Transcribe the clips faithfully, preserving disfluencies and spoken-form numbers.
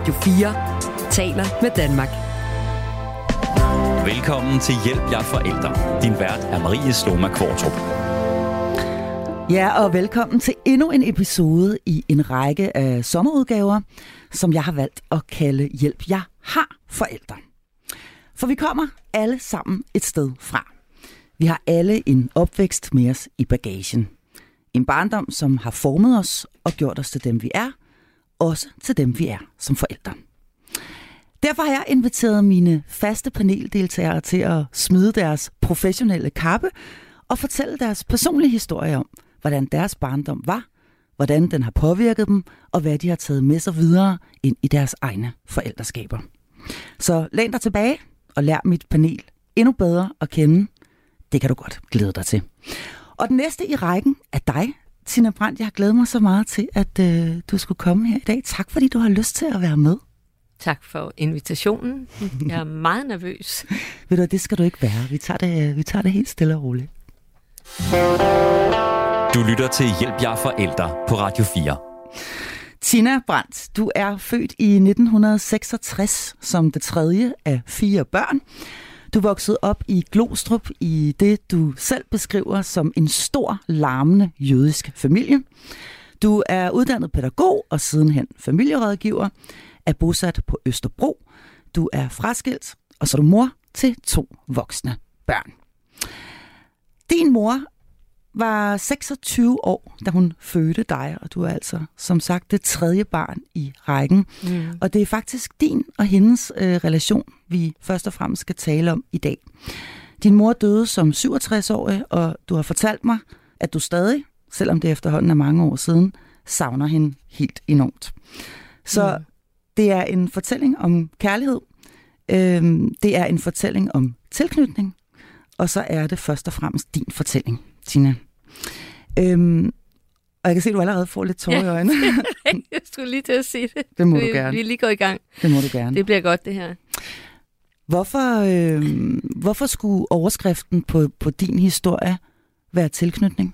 Radio fire taler med Danmark. Velkommen til Hjælp jer forældre. Din vært er Marie Sloma Kvartrup. Ja, og velkommen til endnu en episode i en række af sommerudgaver, som jeg har valgt at kalde Hjælp jer har forældre. For vi kommer alle sammen et sted fra. Vi har alle en opvækst med os i bagagen. En barndom, som har formet os og gjort os til dem, vi er, også til dem, vi er som forældre. Derfor har jeg inviteret mine faste paneldeltagere til at smide deres professionelle kappe og fortælle deres personlige historie om, hvordan deres barndom var, hvordan den har påvirket dem, og hvad de har taget med sig videre ind i deres egne forældreskaber. Så læn dig tilbage og lær mit panel endnu bedre at kende. Det kan du godt glæde dig til. Og den næste i rækken er dig, Tina Brandt. Jeg har glædet mig så meget til, at øh, du skulle komme her i dag. Tak, fordi du har lyst til at være med. Tak for invitationen. Jeg er meget nervøs. Ved du, det skal du ikke være. Vi tager det, vi tager det helt stille og roligt. Du lytter til Hjælp jer forældre på Radio fire. Tina Brandt, du er født i nitten seksogtres som det tredje af fire børn. Du voksede op i Glostrup i det, du selv beskriver som en stor, larmende jødisk familie. Du er uddannet pædagog og sidenhen familierådgiver, er bosat på Østerbro. Du er fraskilt, og så er du mor til to voksne børn. Din mor var seksogtyve år, da hun fødte dig, og du er altså, som sagt, det tredje barn i rækken. Mm. Og det er faktisk din og hendes øh, relation, vi først og fremmest skal tale om i dag. Din mor døde som syvogtres-årig, og du har fortalt mig, at du stadig, selvom det efterhånden er mange år siden, savner hende helt enormt. Så mm. det er en fortælling om kærlighed, øh, det er en fortælling om tilknytning, og så er det først og fremmest din fortælling, Tina. Øhm, og jeg kan se, at du allerede får lidt tårer i øjnene. Jeg skulle lige til at sige det. Det må vi, du gerne. Vi lige går i gang. Det må du gerne. Det bliver godt, det her. Hvorfor, øh, hvorfor skulle overskriften på, på din historie være tilknytning?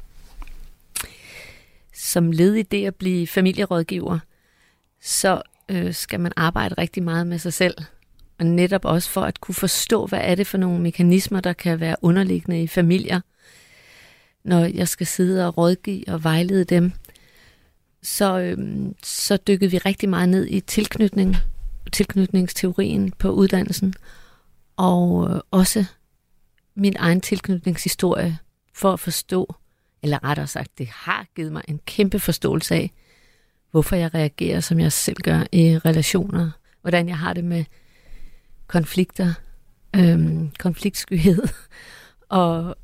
Som led i det at blive familierådgiver, så øh, skal man arbejde rigtig meget med sig selv. Og netop også for at kunne forstå, hvad er det for nogle mekanismer, der kan være underliggende i familier. Når jeg skal sidde og rådgive og vejlede dem, så, øhm, så dykkede vi rigtig meget ned i tilknytning, tilknytningsteorien på uddannelsen, og øh, også min egen tilknytningshistorie for at forstå, eller rettere sagt, det har givet mig en kæmpe forståelse af, hvorfor jeg reagerer, som jeg selv gør i relationer, hvordan jeg har det med konflikter, øhm, konfliktskyhed, og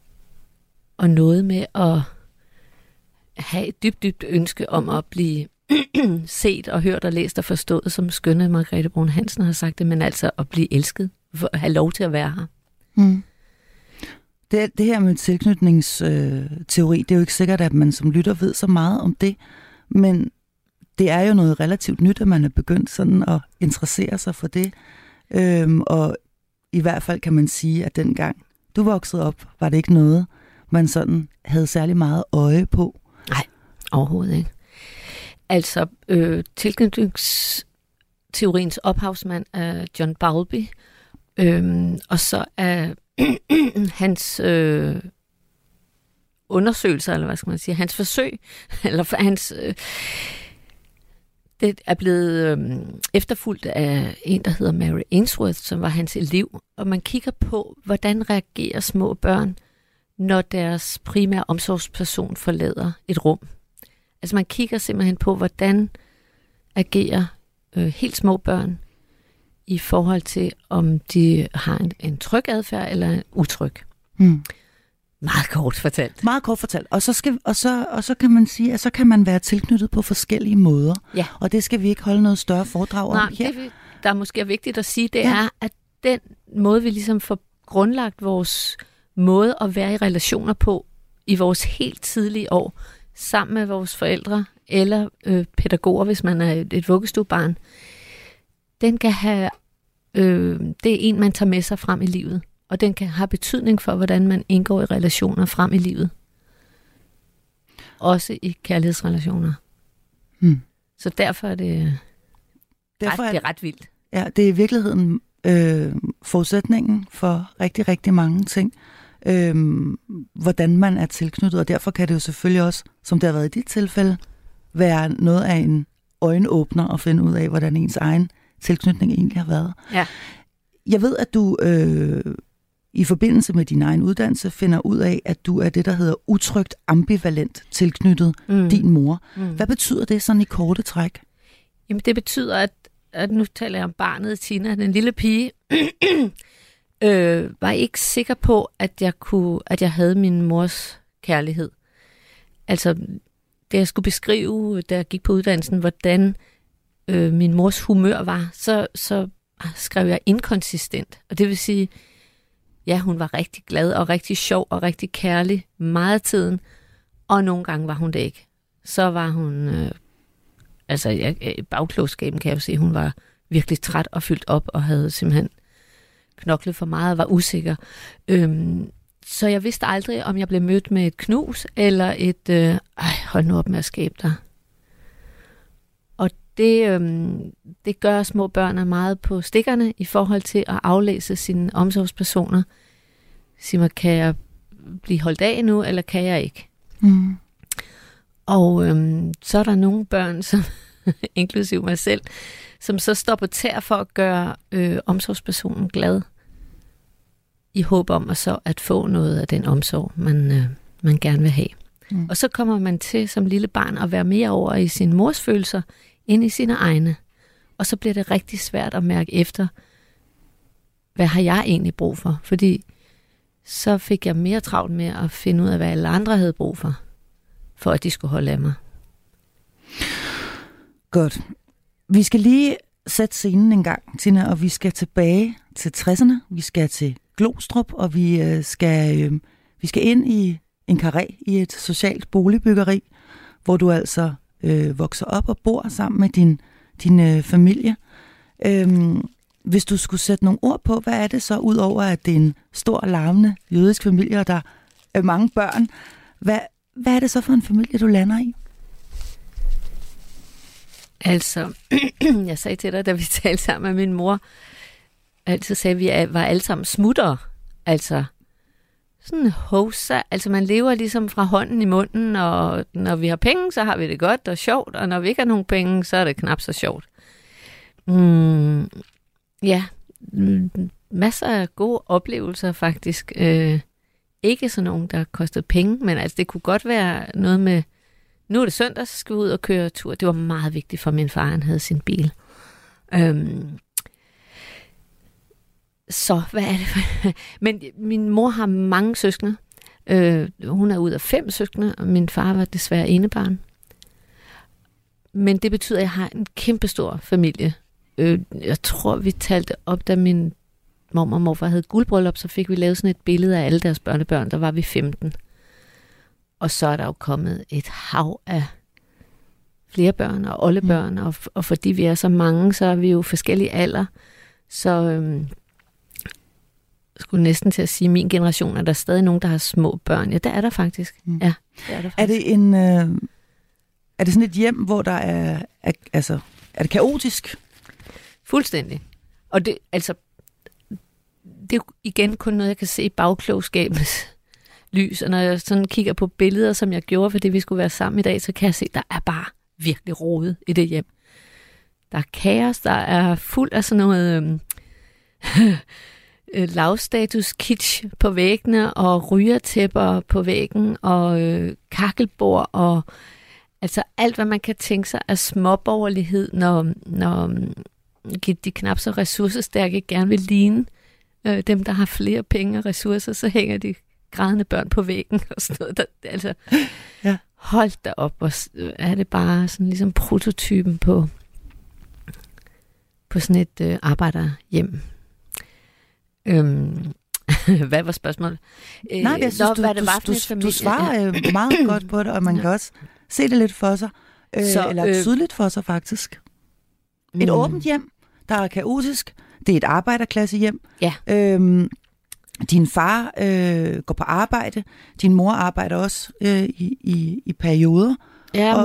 Og noget med at have et dybt, dybt ønske om at blive set og hørt og læst og forstået, som skønne Margrethe Brun Hansen har sagt det, men altså at blive elsket, for at have lov til at være her. Mm. Det, det her med tilknytningsteori, det er jo ikke sikkert, at man som lytter ved så meget om det, men det er jo noget relativt nyt, at man er begyndt sådan at interessere sig for det. Øhm, og i hvert fald kan man sige, at dengang du voksede op, var det ikke noget, man sådan havde særlig meget øje på. Nej, overhovedet ikke. Altså, øh, tilknytningsteoriens ophavsmand er John Bowlby, øh, og så er hans øh, undersøgelser, eller hvad skal man sige, hans forsøg, eller hans... Øh, det er blevet øh, efterfulgt af en, der hedder Mary Ainsworth, som var hans elev, og man kigger på, hvordan reagerer små børn, når deres primære omsorgsperson forlader et rum. Altså man kigger simpelthen på, hvordan agerer øh, helt små børn i forhold til, om de har en, en tryg adfærd eller en utryg. Hmm. Meget kort fortalt. Meget kort fortalt. Og så, skal, og, så, og så kan man sige, at så kan man være tilknyttet på forskellige måder. Ja. Og det skal vi ikke holde noget større foredrag Nej, om her. Det, der er måske vigtigt at sige, det ja. er, at den måde, vi ligesom får grundlagt vores måde at være i relationer på i vores helt tidlige år, sammen med vores forældre eller øh, pædagoger, hvis man er et, et vuggestuebarn, den kan have, øh, det er en, man tager med sig frem i livet. Og den kan have betydning for, hvordan man indgår i relationer frem i livet. Også i kærlighedsrelationer. Hmm. Så derfor er det derfor ret, det er ret vildt. Ja, det er i virkeligheden øh, forudsætningen for rigtig, rigtig mange ting. Øh, hvordan man er tilknyttet, og derfor kan det jo selvfølgelig også, som det har været i dit tilfælde, være noget af en øjenåbner at finde ud af, hvordan ens egen tilknytning egentlig har været. Ja. Jeg ved, at du øh, i forbindelse med din egen uddannelse finder ud af, at du er det, der hedder utrygt ambivalent tilknyttet mm. din mor. Mm. Hvad betyder det sådan i korte træk? Jamen det betyder, at, at nu taler jeg om barnet Tina, den lille pige, øh, var ikke sikker på, at jeg kunne, at jeg havde min mors kærlighed. Altså, da jeg skulle beskrive, da jeg gik på uddannelsen, hvordan øh, min mors humør var, så, så skrev jeg inkonsistent. Og det vil sige, ja, hun var rigtig glad og rigtig sjov og rigtig kærlig meget af tiden, og nogle gange var hun det ikke. Så var hun, øh, altså i bagklogskaben kan jeg jo se, hun var virkelig træt og fyldt op og havde simpelthen knoklet for meget og var usikker. Øhm, så jeg vidste aldrig, om jeg blev mødt med et knus eller et, øh, ej, hold nu op med at skabe dig. Og det, øhm, det gør små børn meget på stikkerne i forhold til at aflæse sine omsorgspersoner. Sig mig, kan jeg blive holdt af nu, eller kan jeg ikke? Mm. Og øhm, så er der nogle børn, som inklusive mig selv, som så står på tær for at gøre øh, omsorgspersonen glad, i håb om at så at få noget af den omsorg, man, øh, man gerne vil have. Mm. Og så kommer man til som lille barn at være mere over i sin mors følelser, end i sine egne. Og så bliver det rigtig svært at mærke efter, hvad har jeg egentlig brug for? Fordi så fik jeg mere travlt med at finde ud af, hvad alle andre havde brug for, for at de skulle holde af mig. Godt. Vi skal lige sætte scenen en gang, Tina, og vi skal tilbage til tresserne. Vi skal til Glostrup, og vi øh, skal, øh, vi skal ind i en karré i et socialt boligbyggeri, hvor du altså øh, vokser op og bor sammen med din, din øh, familie. Øhm, hvis du skulle sætte nogle ord på, hvad er det så, udover at det er en stor, larmende jødisk familie, og der er mange børn, hvad, hvad er det så for en familie, du lander i? Altså, jeg sagde til dig, da vi talte sammen med min mor, altid sagde, at vi var alle sammen smuttere. Altså, sådan hosa. Altså, man lever ligesom fra hånden i munden, og når vi har penge, så har vi det godt og sjovt, og når vi ikke har nogen penge, så er det knap så sjovt. Mm, ja, masser af gode oplevelser faktisk. Øh, ikke sådan nogen, der kostede penge, men altså, det kunne godt være noget med, nu er det søndag, så skal vi ud og køre tur. Det var meget vigtigt for min far, han havde sin bil. Øhm, så, hvad er det for? Men min mor har mange søskende. Øh, hun er ud af fem søskende, og min far var desværre enebarn. Men det betyder, at jeg har en kæmpestor familie. Øh, jeg tror, vi talte op, da min mormor og morfar havde guldbryllup, så fik vi lavet sådan et billede af alle deres børnebørn. Der var vi femten. Og så er der jo kommet et hav af flere børn og oldebørn, mm. og, og fordi vi er så mange, så er vi jo forskellige alder. Så øhm, jeg skulle næsten til at sige, at min generation er der stadig nogen, der har små børn. Ja, der er der faktisk. Mm. Ja, det er, der faktisk. Er det en øh, er det sådan et hjem, hvor der er, er altså er det kaotisk? Fuldstændig. Og det altså det er jo igen kun noget, jeg kan se i bagklogskabens lys, og når jeg sådan kigger på billeder, som jeg gjorde, fordi vi skulle være sammen i dag, så kan jeg se, at der er bare virkelig rodet i det hjem. Der er kaos, der er fuld af sådan noget øh, lavstatus kitsch på væggene, og rygertæpper på væggen, og øh, kakkelbord, og altså alt, hvad man kan tænke sig af småborgerlighed, når, når de knap så ressourcestærke gerne vil ligne øh, dem, der har flere penge og ressourcer, så hænger de grædende børn på væggen og sådan noget. Der, altså, ja. Hold da op, og er det bare sådan ligesom prototypen på, på sådan et øh, arbejderhjem. Øhm, hvad var spørgsmålet? Øh, Nej, jeg synes, Nå, du, hvad det du, var du, du, du svarer øh, meget godt på det, og man ja. kan også se det lidt for sig. Øh, så, eller øh, tydeligt for sig, faktisk. Et mm. åbent hjem, der er kaotisk. Det er et arbejderklassehjem. Ja. Øhm, Din far øh, går på arbejde. Din mor arbejder også øh, i, i, i perioder. Ja, og, hun,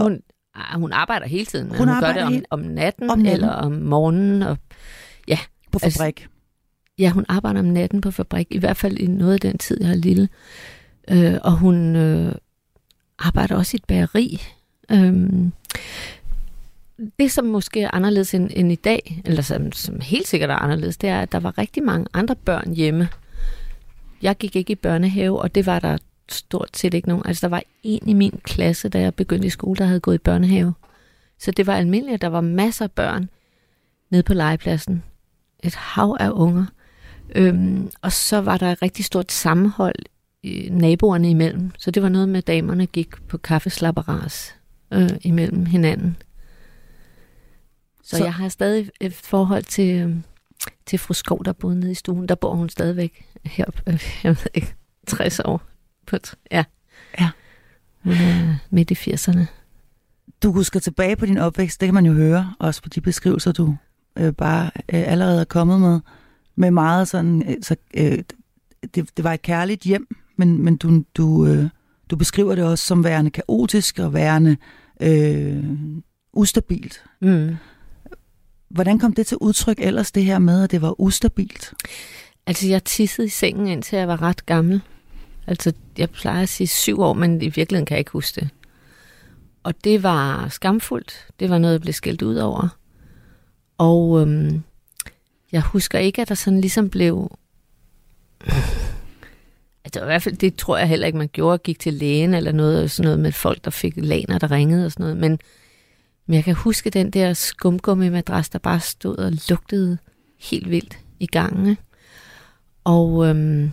Hun arbejder hele tiden, men hun, hun gør det om, helt... om, natten, om natten eller om morgenen. Og, ja, på fabrik? Altså, ja, hun arbejder om natten på fabrik, i hvert fald i noget af den tid, jeg er lille. Øh, og hun øh, arbejder også i et bageri. Øh, det, som måske er anderledes end, end i dag, eller som, som helt sikkert er anderledes, det er, at der var rigtig mange andre børn hjemme. Jeg gik ikke i børnehave, og det var der stort set ikke nogen. Altså, der var en i min klasse, da jeg begyndte i skole, der havde gået i børnehave. Så det var almindeligt, at der var masser af børn nede på legepladsen. Et hav af unger. Øhm, og så var der et rigtig stort sammenhold øh, naboerne imellem. Så det var noget med, at damerne gik på kaffeslapperas øh, imellem hinanden. Så, så jeg har stadig et forhold til, øh, til fru Skov, der boede nede i stuen. Der bor hun stadigvæk her, øh, jeg ved ikke, tres år. På, ja. Ja. Øh, midt i firserne. Du husker tilbage på din opvækst, det kan man jo høre, også på de beskrivelser, du øh, bare øh, allerede er kommet med, med meget sådan, øh, så, øh, det, det var et kærligt hjem, men, men du, du, øh, du beskriver det også som værende kaotisk og værende øh, ustabilt. Mm. Hvordan kom det til udtryk ellers, det her med, at det var ustabilt? Altså, jeg tissede i sengen, indtil jeg var ret gammel. Altså, jeg plejer at sige syv år, men i virkeligheden kan jeg ikke huske det. Og det var skamfuldt. Det var noget, jeg blev skældt ud over. Og øhm, jeg husker ikke, at der sådan ligesom blev... Altså, i hvert fald, det tror jeg heller ikke, man gjorde. Gik til lægen eller noget, sådan noget med folk, der fik laner, der ringede og sådan noget. Men, men jeg kan huske den der skumgummi-madras, der bare stod og lugtede helt vildt i gangen. Og øhm,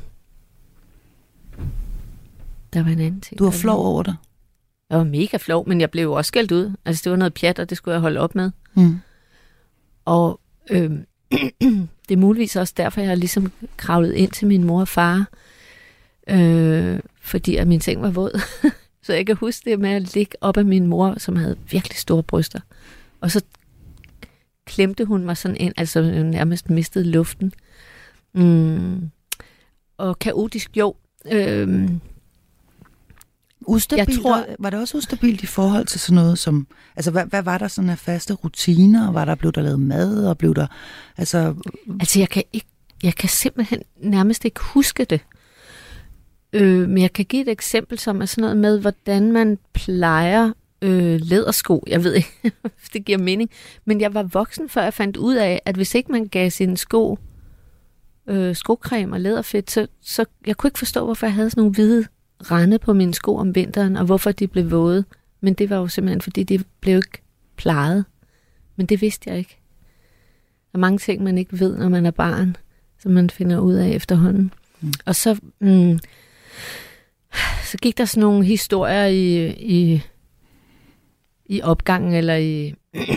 der var en anden ting. Du var flov over det? Jeg var mega flov, men jeg blev jo også skældt ud. Altså, det var noget pjat, og det skulle jeg holde op med. Mm. Og øhm, det er muligvis også derfor, jeg har ligesom kravlet ind til min mor og far, øh, fordi at min seng var våd. Så jeg kan huske det med at ligge op af min mor, som havde virkelig store bryster. Og så klemte hun mig sådan ind, altså nærmest mistede luften. Mm. Og kaotisk, jo. Øhm, Ustabilt, jeg tror, var det også ustabilt i forhold til sådan noget som, altså hvad, hvad var der sådan af faste rutiner? Var der, blev der lavet mad, og blev der, altså... Altså jeg kan ikke, jeg kan simpelthen nærmest ikke huske det. Øh, men jeg kan give et eksempel, som er sådan noget med, hvordan man plejer øh, lædersko. Jeg ved ikke, hvis det giver mening. Men jeg var voksen, før jeg fandt ud af, at hvis ikke man gav sine sko øh, skocreme og læderfedt, så, så jeg kunne ikke forstå, hvorfor jeg havde sådan nogle hvide rande på mine sko om vinteren, og hvorfor de blev våde. Men det var jo simpelthen, fordi de blev ikke plejet. Men det vidste jeg ikke. Der er mange ting, man ikke ved, når man er barn, som man finder ud af efterhånden. Mm. Og så, mm, så gik der sådan nogle historier i, i, i opgangen, eller i,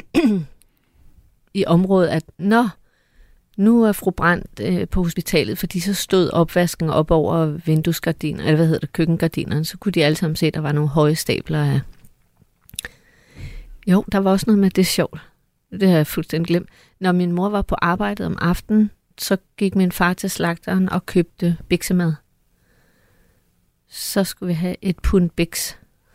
i området, at nå, nu er fru Brandt øh, på hospitalet, fordi så stod opvasken op over vinduesgardiner, eller hvad hedder det, køkkengardinerne, så kunne de alle sammen se, at der var nogle høje stabler af... Jo, der var også noget med, det er sjovt. Det har jeg fuldstændig glemt. Når min mor var på arbejdet om aftenen, så gik min far til slagteren og købte biksemad. Så skulle vi have et pund biks.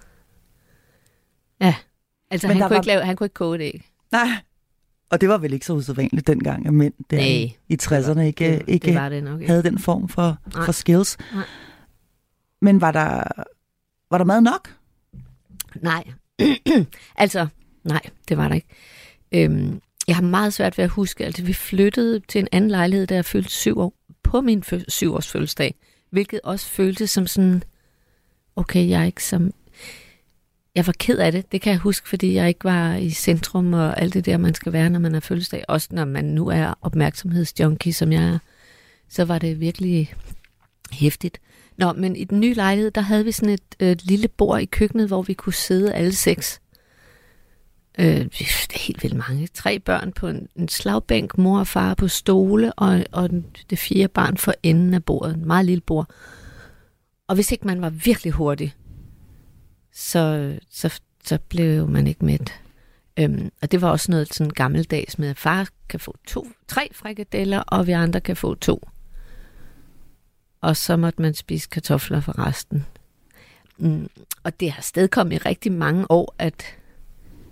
Ja, altså han kunne, var... ikke lave, han kunne ikke koge det æg. Nej. Og det var vel ikke så usædvanligt dengang, at mænd der Nej, i tresserne ikke, det, ikke det var det nok ikke. havde den form for, for skills. Nej. Men var der, var der mad nok? Nej. altså, nej, det var der ikke. Øhm, jeg har meget svært ved at huske, altså vi flyttede til en anden lejlighed, da jeg fyldte syv år, på min fø- syvårs fødselsdag, hvilket også føltes som sådan, okay, jeg er ikke som... Jeg var ked af det, det kan jeg huske, fordi jeg ikke var i centrum og alt det der, man skal være, når man er fødselsdag. Også når man nu er opmærksomhedsjunkie, som jeg er, så var det virkelig hæftigt. Nå, men i den nye lejlighed, der havde vi sådan et, et lille bord i køkkenet, hvor vi kunne sidde alle seks. Øh, det er helt vildt mange. Tre børn på en, en slagbænk, mor og far på stole, og, og det fjerde barn for enden af bordet. En meget lille bord. Og hvis ikke man var virkelig hurtig, Så, så, så blev man ikke mæt. Øhm, og det var også noget sådan gammeldags med, at far kan få to, tre frikadeller, og vi andre kan få to. Og så måtte man spise kartofler for resten. Mm, og det har stadig kommet i rigtig mange år, at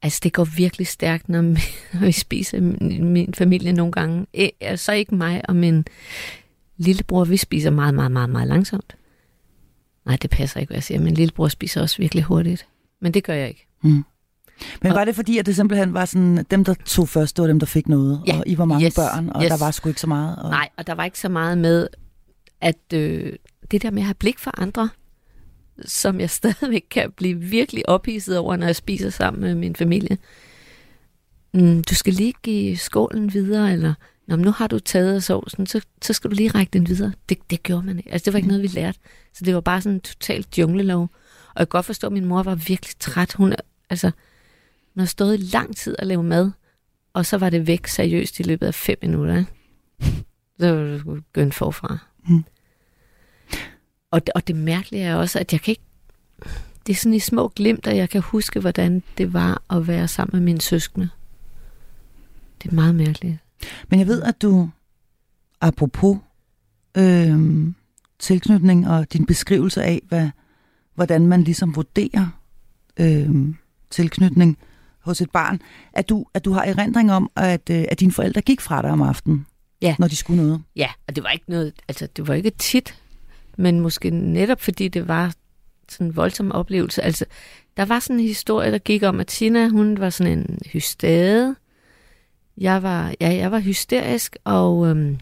Altså, det går virkelig stærkt, når, når vi spiser min, min familie nogle gange. E, så ikke mig og min lillebror, vi spiser meget, meget, meget, meget langsomt. Nej, det passer ikke, hvad jeg siger. Min lillebror spiser også virkelig hurtigt. Men det gør jeg ikke. Mm. Men var det fordi, at det simpelthen var sådan, dem, der tog først, det var dem, der fik noget, ja, og I var mange yes, børn, og yes. der var sgu ikke så meget? Og... Nej, og der var ikke så meget med, at øh, det der med at have blik for andre, som jeg stadigvæk kan blive virkelig ophidset over, når jeg spiser sammen med min familie. Mm, du skal lige give skålen videre, eller Nå, nu har du taget sovsen, så, så skal du lige række den videre. Det, det gjorde man ikke. Altså, det var ikke noget, vi lærte. Så det var bare sådan en totalt junglelov. Og jeg kan godt forstå, at min mor var virkelig træt. Hun, altså, hun har stået i lang tid at lave mad, og så var det væk seriøst i løbet af fem minutter. Ikke? Så var det begyndt forfra. Mm. Og, det, og det mærkelige er også, at jeg kan ikke... Det er sådan i små glimt, at jeg kan huske, hvordan det var at være sammen med mine søskende. Det er meget mærkeligt. Men jeg ved, at du, apropos øh, tilknytning og din beskrivelse af, hvad, hvordan man ligesom vurderer øh, tilknytning hos et barn, at du, at du har erindring om, at, øh, at dine forældre gik fra dig om aftenen, ja. Når de skulle noget. Ja, og det var ikke noget, altså det var ikke tit, men måske netop fordi det var sådan en voldsom oplevelse. Altså, der var sådan en historie, der gik om, at Tina, hun var sådan en hystade. Jeg var, ja, jeg var hysterisk og øhm,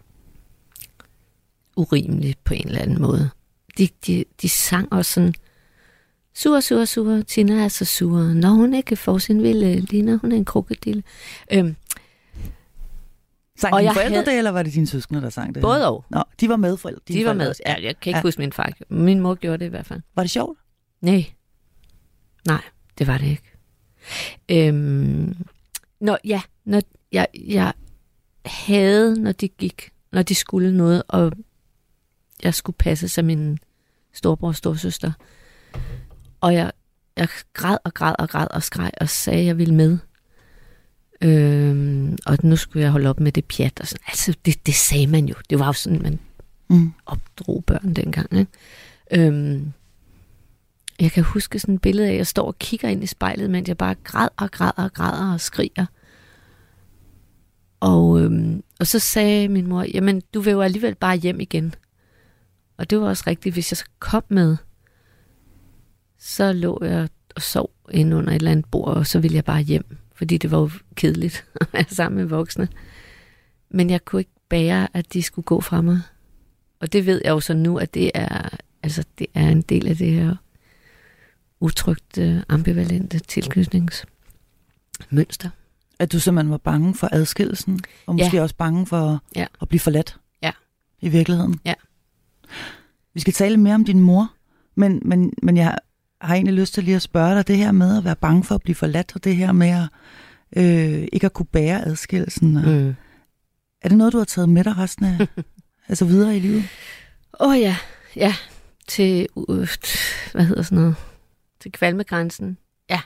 urimelig på en eller anden måde. De, de, de sang også sådan, sur, sur, sur, Tina er så sur. Når hun ikke får sin vilde, ligner hun er en krokodille. Øhm, sang dine forældre havde... det, eller var det dine søskende, der sang det? Både og. Nå, de var med forældre. De var med, også. Ja, jeg kan ikke ja. huske min far. Min mor gjorde det i hvert fald. Var det sjovt? Nej. Nej, det var det ikke. Øhm, Nå, ja, når jeg, jeg havde, når de gik, når de skulle noget, og jeg skulle passe som min storebror og storsøster. Og jeg, jeg græd og græd og græd og skreg og sagde, at jeg ville med. Øhm, og nu skulle jeg holde op med det pjat. Og sådan. Altså, det, det sagde man jo. Det var jo sådan, man mm. opdrog børn dengang. Ikke? Øhm, jeg kan huske sådan et billede af, at jeg står og kigger ind i spejlet, mens jeg bare græd og græd og græder og skriger. Og, øhm, og så sagde min mor, jamen du vil jo alligevel bare hjem igen. Og det var også rigtigt, hvis jeg så kom med, så lå jeg og sov inde under et eller andet bord, og så ville jeg bare hjem, fordi det var jo kedeligt at være sammen med voksne. Men jeg kunne ikke bære, at de skulle gå fra mig. Og det ved jeg jo så nu, at det er, altså, det er en del af det her utrygte, ambivalente tilknytningsmønster. At du simpelthen var bange for adskillelsen, og måske ja. også bange for ja. at blive forladt ja. i virkeligheden. Ja. Vi skal tale mere om din mor, men, men, men jeg har egentlig lyst til lige at spørge dig, det her med at være bange for at blive forladt, og det her med at øh, ikke at kunne bære adskillelsen. Og, mm. Er det noget, du har taget med dig resten af, altså videre i livet? Åh oh, ja, ja, til, uh, hvad hedder sådan noget, til kvalmegrænsen. Ja.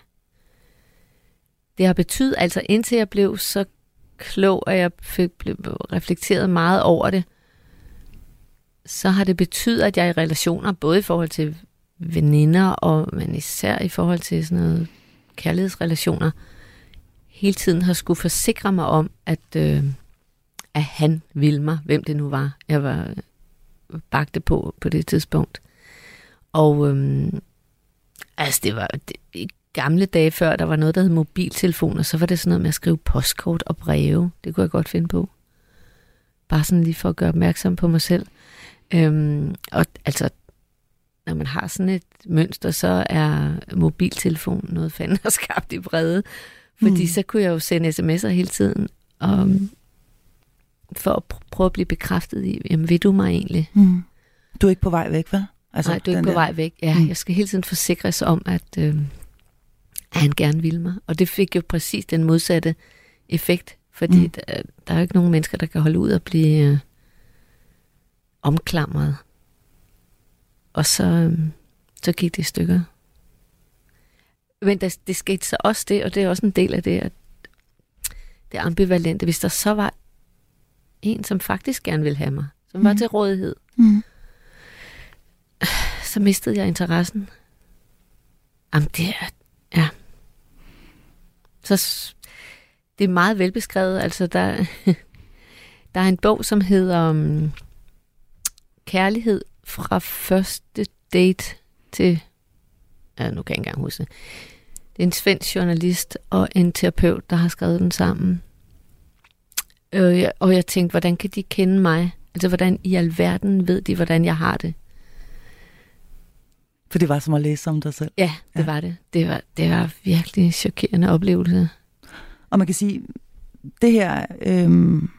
Det har betydet, altså indtil jeg blev så klog, at jeg fik blev reflekteret meget over det, så har det betydet, at jeg i relationer, både i forhold til veninder, og men især i forhold til sådan noget kærlighedsrelationer, hele tiden har skulle forsikre mig om, at, øh, at han ville mig, hvem det nu var, jeg var bagte på på det tidspunkt. Og øh, altså det var det, i gamle dage før, der var noget, der hed mobiltelefoner, så var det sådan noget med at skrive postkort og breve. Det kunne jeg godt finde på. Bare sådan lige for at gøre opmærksom på mig selv. Øhm, og altså, når man har sådan et mønster, så er mobiltelefon noget fanden har skabt i brede. Fordi mm. så kunne jeg jo sende sms'er hele tiden, og, for at pr- prøve at blive bekræftet i, jamen ved du mig egentlig? Mm. Du er ikke på vej væk, hvad? Altså, Nej, du er ikke på der... vej væk. Ja, mm. jeg skal hele tiden forsikres om, at, øh, at han gerne vil mig. Og det fik jo præcis den modsatte effekt, fordi mm. der, der er jo ikke nogen mennesker, der kan holde ud og blive øh, omklamret. Og så, øh, så gik det i stykker. Men der, det skete så også det, og det er også en del af det, at det ambivalente, hvis der så var en, som faktisk gerne ville have mig, som mm. var til rådighed, mm. så mistede jeg interessen. Jamen det er, ja. så det er meget velbeskrevet. Altså, der, der er en bog, som hedder um, Kærlighed fra første date til... Ja, nu kan jeg ikke engang huske det. Det er en svensk journalist og en terapeut, der har skrevet den sammen. Øh, og jeg tænkte, hvordan kan de kende mig? Altså, hvordan i alverden ved de, hvordan jeg har det? For det var som at læse om dig selv. Ja, det ja. var det. Det var, det var virkelig en chokerende oplevelse. Og man kan sige, det her øhm,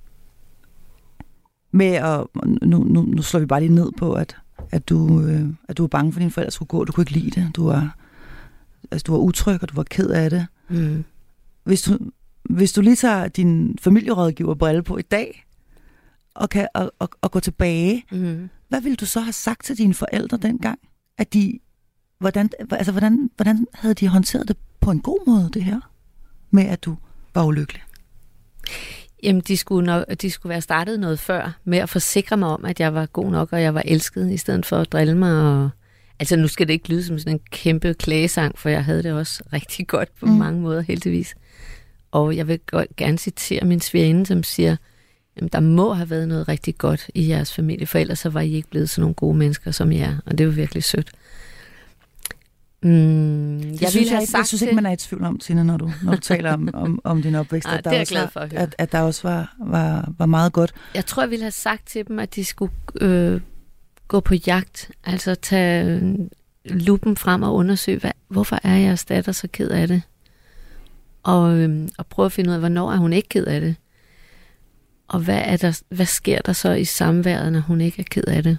med at... Nu, nu, nu slår vi bare lige ned på, at, at, du, øh, at du var bange for, at dine forældre skulle gå. Du kunne ikke lide det. Du var, altså, du var utryg, og du var ked af det. Mm. Hvis du, hvis du lige tager din familierådgiverbrille på i dag, og, kan, og, og, og gå tilbage, mm. hvad ville du så have sagt til dine forældre dengang? At de, hvordan, altså, hvordan, hvordan havde de håndteret det på en god måde, det her? Med at du var ulykkelig? Jamen, de skulle, nok, de skulle være startet noget før, med at forsikre mig om, at jeg var god nok, og jeg var elsket, i stedet for at drille mig. Og... Altså, nu skal det ikke lyde som sådan en kæmpe klagesang, for jeg havde det også rigtig godt på mm. mange måder, heldigvis. Og jeg vil gerne citere min svigerinde, som siger, jamen, der må have været noget rigtig godt i jeres familie, for ellers så var I ikke blevet sådan nogle gode mennesker, som I er. Og det var virkelig sødt. Mm, jeg, synes, jeg, jeg synes ikke, man er i tvivl om, Tina, når du, når du taler om, om, om din opvækst. Ej, at der det er jeg også glad var, for at høre. At, at der også var, var, var meget godt. Jeg tror, jeg ville have sagt til dem, at de skulle øh, gå på jagt. Altså tage øh, lupen frem og undersøge, hvad, hvorfor er jeres datter så ked af det? Og, øh, og prøve at finde ud af, hvornår er hun ikke ked af det? Og hvad, er der, hvad sker der så i samværet, når hun ikke er ked af det?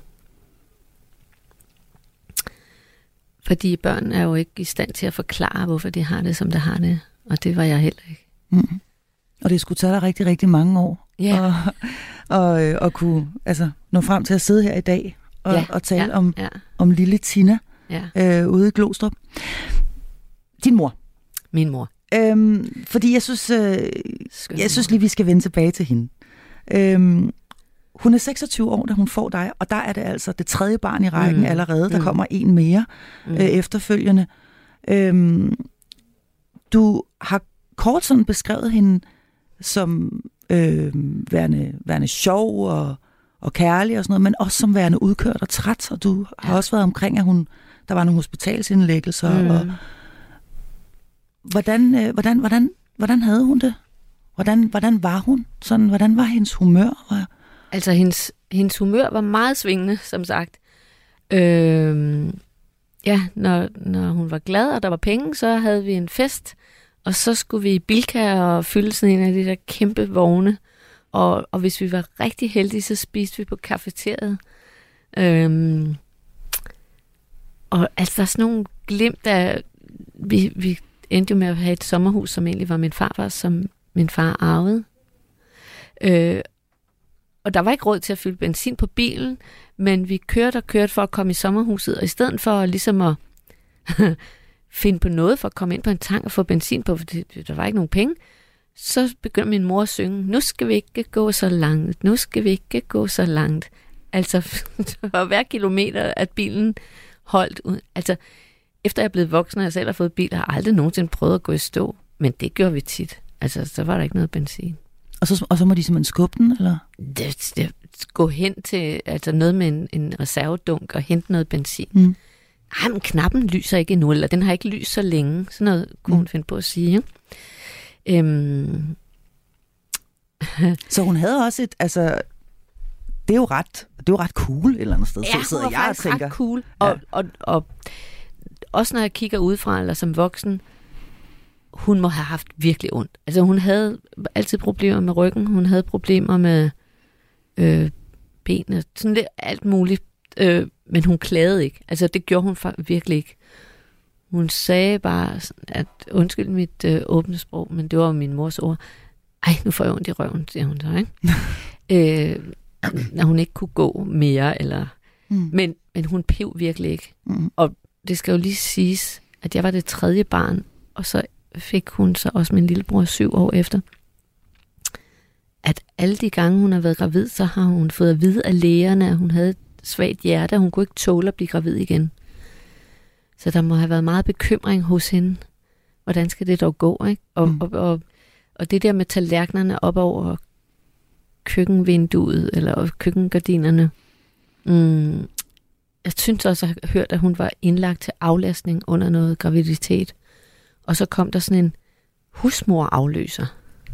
Fordi børn er jo ikke i stand til at forklare, hvorfor de har det, som de har det. Og det var jeg heller ikke. Mm. Og det skulle tage dig rigtig, rigtig mange år. Ja. Og, og, øh, og kunne altså, nå frem til at sidde her i dag og, ja, og tale ja, om, ja. om lille Tina ja. øh, ude i Glostrup. Din mor. Min mor. Øhm, fordi jeg synes, øh, jeg synes lige, vi skal vende tilbage til hende. Øhm, hun er seksogtyve år, da hun får dig, og der er det altså det tredje barn i rækken mm. allerede. Der mm. kommer en mere mm. øh, efterfølgende. Øhm, du har kort sådan beskrevet hende som øh, værende, værende sjov og, og kærlig og sådan noget, men også som værende udkørt og træt, og du ja. har også været omkring, at hun, der var nogle hospitalsindlæggelser. Mm. Og, hvordan, øh, hvordan, hvordan, hvordan havde hun det? Hvordan, hvordan var hun? Sådan, hvordan var hendes humør? Var... Altså, hendes, hendes humør var meget svingende, som sagt. Øhm, ja, når, når hun var glad, og der var penge, så havde vi en fest, og så skulle vi i Bilka og fylde sådan en af de der kæmpe vogne. Og, og hvis vi var rigtig heldige, så spiste vi på cafeteriet. Øhm, og altså, der er sådan nogle glimt af... Vi, vi endte jo med at have et sommerhus, som egentlig var min farfars, som min far arvede. Øh, og der var ikke råd til at fylde benzin på bilen, men vi kørte og kørte for at komme i sommerhuset, og i stedet for ligesom at finde på noget for at komme ind på en tank og få benzin på, for det, der var ikke nogen penge, så begyndte min mor at synge, nu skal vi ikke gå så langt, nu skal vi ikke gå så langt. Altså, for hver kilometer, at bilen holdt ud. Altså, efter jeg er blevet voksen, og jeg selv har fået bil, har jeg aldrig nogensinde prøvet at gå i stå, men det gjorde vi tit. Altså, så var der ikke noget benzin. Og så, og så må de simpelthen skubbe den, eller? Det, det, gå hen til, altså noget med en, en reservedunk og hente noget benzin. Mm. Ej, men knappen lyser ikke endnu, eller den har ikke lys så længe. Sådan noget kunne mm. hun finde på at sige. Øhm. Så hun havde også et, altså, det er jo ret, det er jo ret cool et eller andet sted. Ja, så sidder hun var jeg faktisk og tænker, ret cool. Ja. Og, og, og også når jeg kigger udefra, eller som voksen, hun må have haft virkelig ondt. Altså hun havde altid problemer med ryggen, hun havde problemer med øh, benene, sådan lidt alt muligt, øh, men hun klagede ikke. Altså det gjorde hun virkelig ikke. Hun sagde bare, at undskyld mit øh, åbne sprog, men det var min mors ord. Ej, nu får jeg ondt i røven, siger hun så, ikke? øh, når hun ikke kunne gå mere, eller... Mm. Men, men hun pev virkelig ikke. Mm. Og det skal jo lige siges, at jeg var det tredje barn, og så fik hun så også min lillebror syv år efter. At alle de gange, hun har været gravid, så har hun fået at vide af lægerne, at hun havde et svagt hjerte, og hun kunne ikke tåle at blive gravid igen. Så der må have været meget bekymring hos hende, hvordan skal det dog gå, ikke? Og, Mm. og, og, og det der med tallerkenerne op over køkkenvinduet, eller køkkengardinerne. Mm, jeg synes også, at jeg har hørt, at hun var indlagt til aflastning under noget graviditet. Og så kom der sådan en husmorafløser.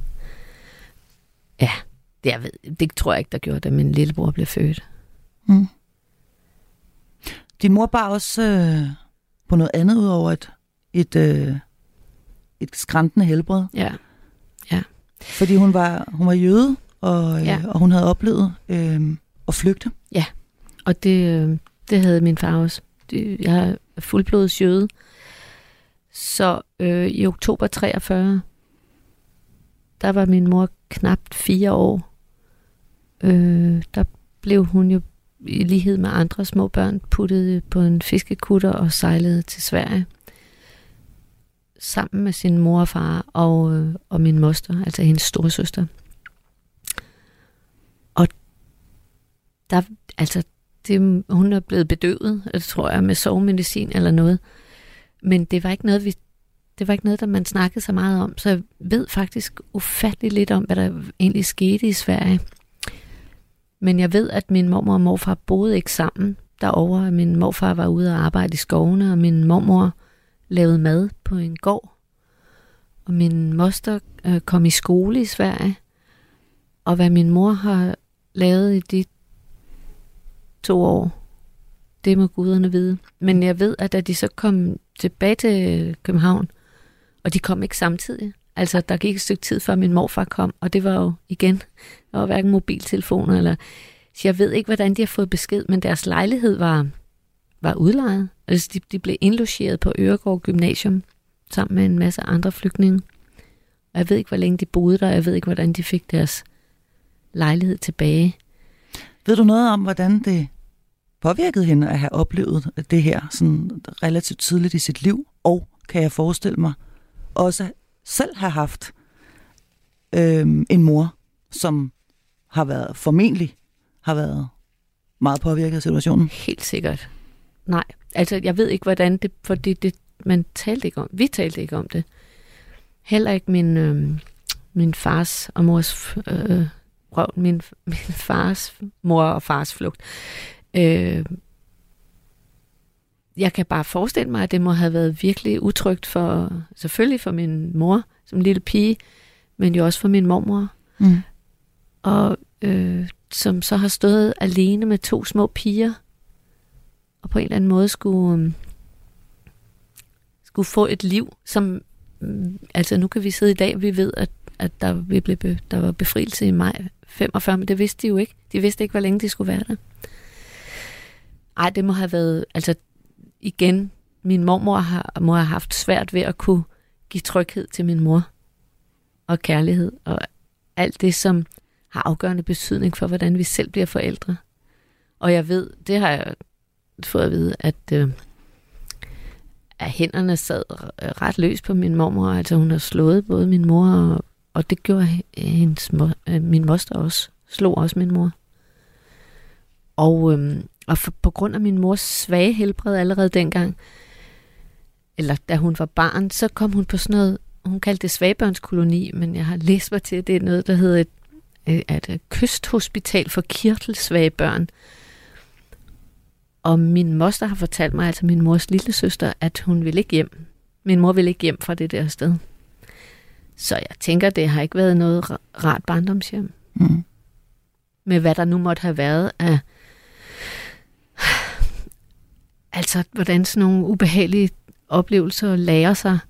Ja, det, jeg ved, det tror jeg ikke, der gjorde, da min lillebror blev født. Mm. Din mor bar også øh, på noget andet ud over et, et, øh, et skrantende helbred. Ja, ja. Fordi hun var, hun var jøde, og, øh, Ja. og hun havde oplevet øh, at flygte. Ja, og det, øh, det havde min far også. Det, jeg er fuldblods jøde. Så øh, i oktober treogfyrre, der var min mor knapt fire år. Øh, der blev hun jo i lighed med andre små børn puttet på en fiskekutter og sejlede til Sverige. Sammen med sin mor og far og, øh, og min moster, altså hendes storesøster. Og der, altså, det, hun er blevet bedøvet, det tror jeg, med sovemedicin eller noget. Men det var ikke noget, vi, det var ikke noget, der man snakkede så meget om. Så jeg ved faktisk ufatteligt lidt om, hvad der egentlig skete i Sverige. Men jeg ved, at min mormor og morfar boede ikke sammen derovre. Min morfar var ude og arbejde i skovene, og min mormor lavede mad på en gård. Og min moster øh, kom i skole i Sverige. Og hvad min mor har lavet i de to år, det må guderne vide. Men jeg ved, at da de så kom tilbage til København, og de kom ikke samtidig. Altså, der gik et stykke tid, før min morfar kom, og det var jo igen, der var hverken mobiltelefoner eller... Så jeg ved ikke, hvordan de har fået besked, men deres lejlighed var, var udlejet. Altså, de, de blev indlogeret på Øregård Gymnasium, sammen med en masse andre flygtninge. Og jeg ved ikke, hvor længe de boede der, jeg ved ikke, hvordan de fik deres lejlighed tilbage. Ved du noget om, hvordan det påvirkede hende at have oplevet det her sådan relativt tidligt i sit liv? Og kan jeg forestille mig også selv have haft øhm, en mor, som har været formentlig har været meget påvirket af situationen? Helt sikkert. Nej, altså jeg ved ikke, hvordan det, fordi det, man talte ikke om, vi talte ikke om det. Heller ikke min, øh, min fars og mors, øh, røv, min, min fars mor og fars flugt. Øh, jeg kan bare forestille mig, at det må have været virkelig utrygt for, selvfølgelig for min mor som lille pige, men jo også for min mormor. Mm. Og øh, som så har stået alene med to små piger, og på en eller anden måde skulle, øh, skulle få et liv, som, øh, altså nu kan vi sidde i dag, og vi ved, at, at der, vi blev, der var befrielse i maj femogfyrre, men det vidste de jo ikke. De vidste ikke, hvor længe de skulle være der. Ej, det må have været, altså igen, min mormor har, må have haft svært ved at kunne give tryghed til min mor, og kærlighed, og alt det, som har afgørende betydning for, hvordan vi selv bliver forældre. Og jeg ved, det har jeg fået at vide, at, øh, at hænderne sad ret løs på min mormor. Altså hun har slået både min mor, og, og det gjorde hendes, øh, min moster også. Slog også min mor. Og, øh, og for, på grund af min mors svage helbred allerede dengang, eller da hun var barn, så kom hun på sådan noget, hun kaldte det svagebørnskoloni, men jeg har læst mig til, at det er noget, der hedder et et, et kysthospital for kirtelsvage børn. Og min moster har fortalt mig, altså min mors lille søster, at hun ville ikke hjem. Min mor ville ikke hjem fra det der sted. Så jeg tænker, det har ikke været noget rart barndomshjem. Mm. Med hvad der nu måtte have været af... Altså, hvordan sådan nogle ubehagelige oplevelser lærer sig.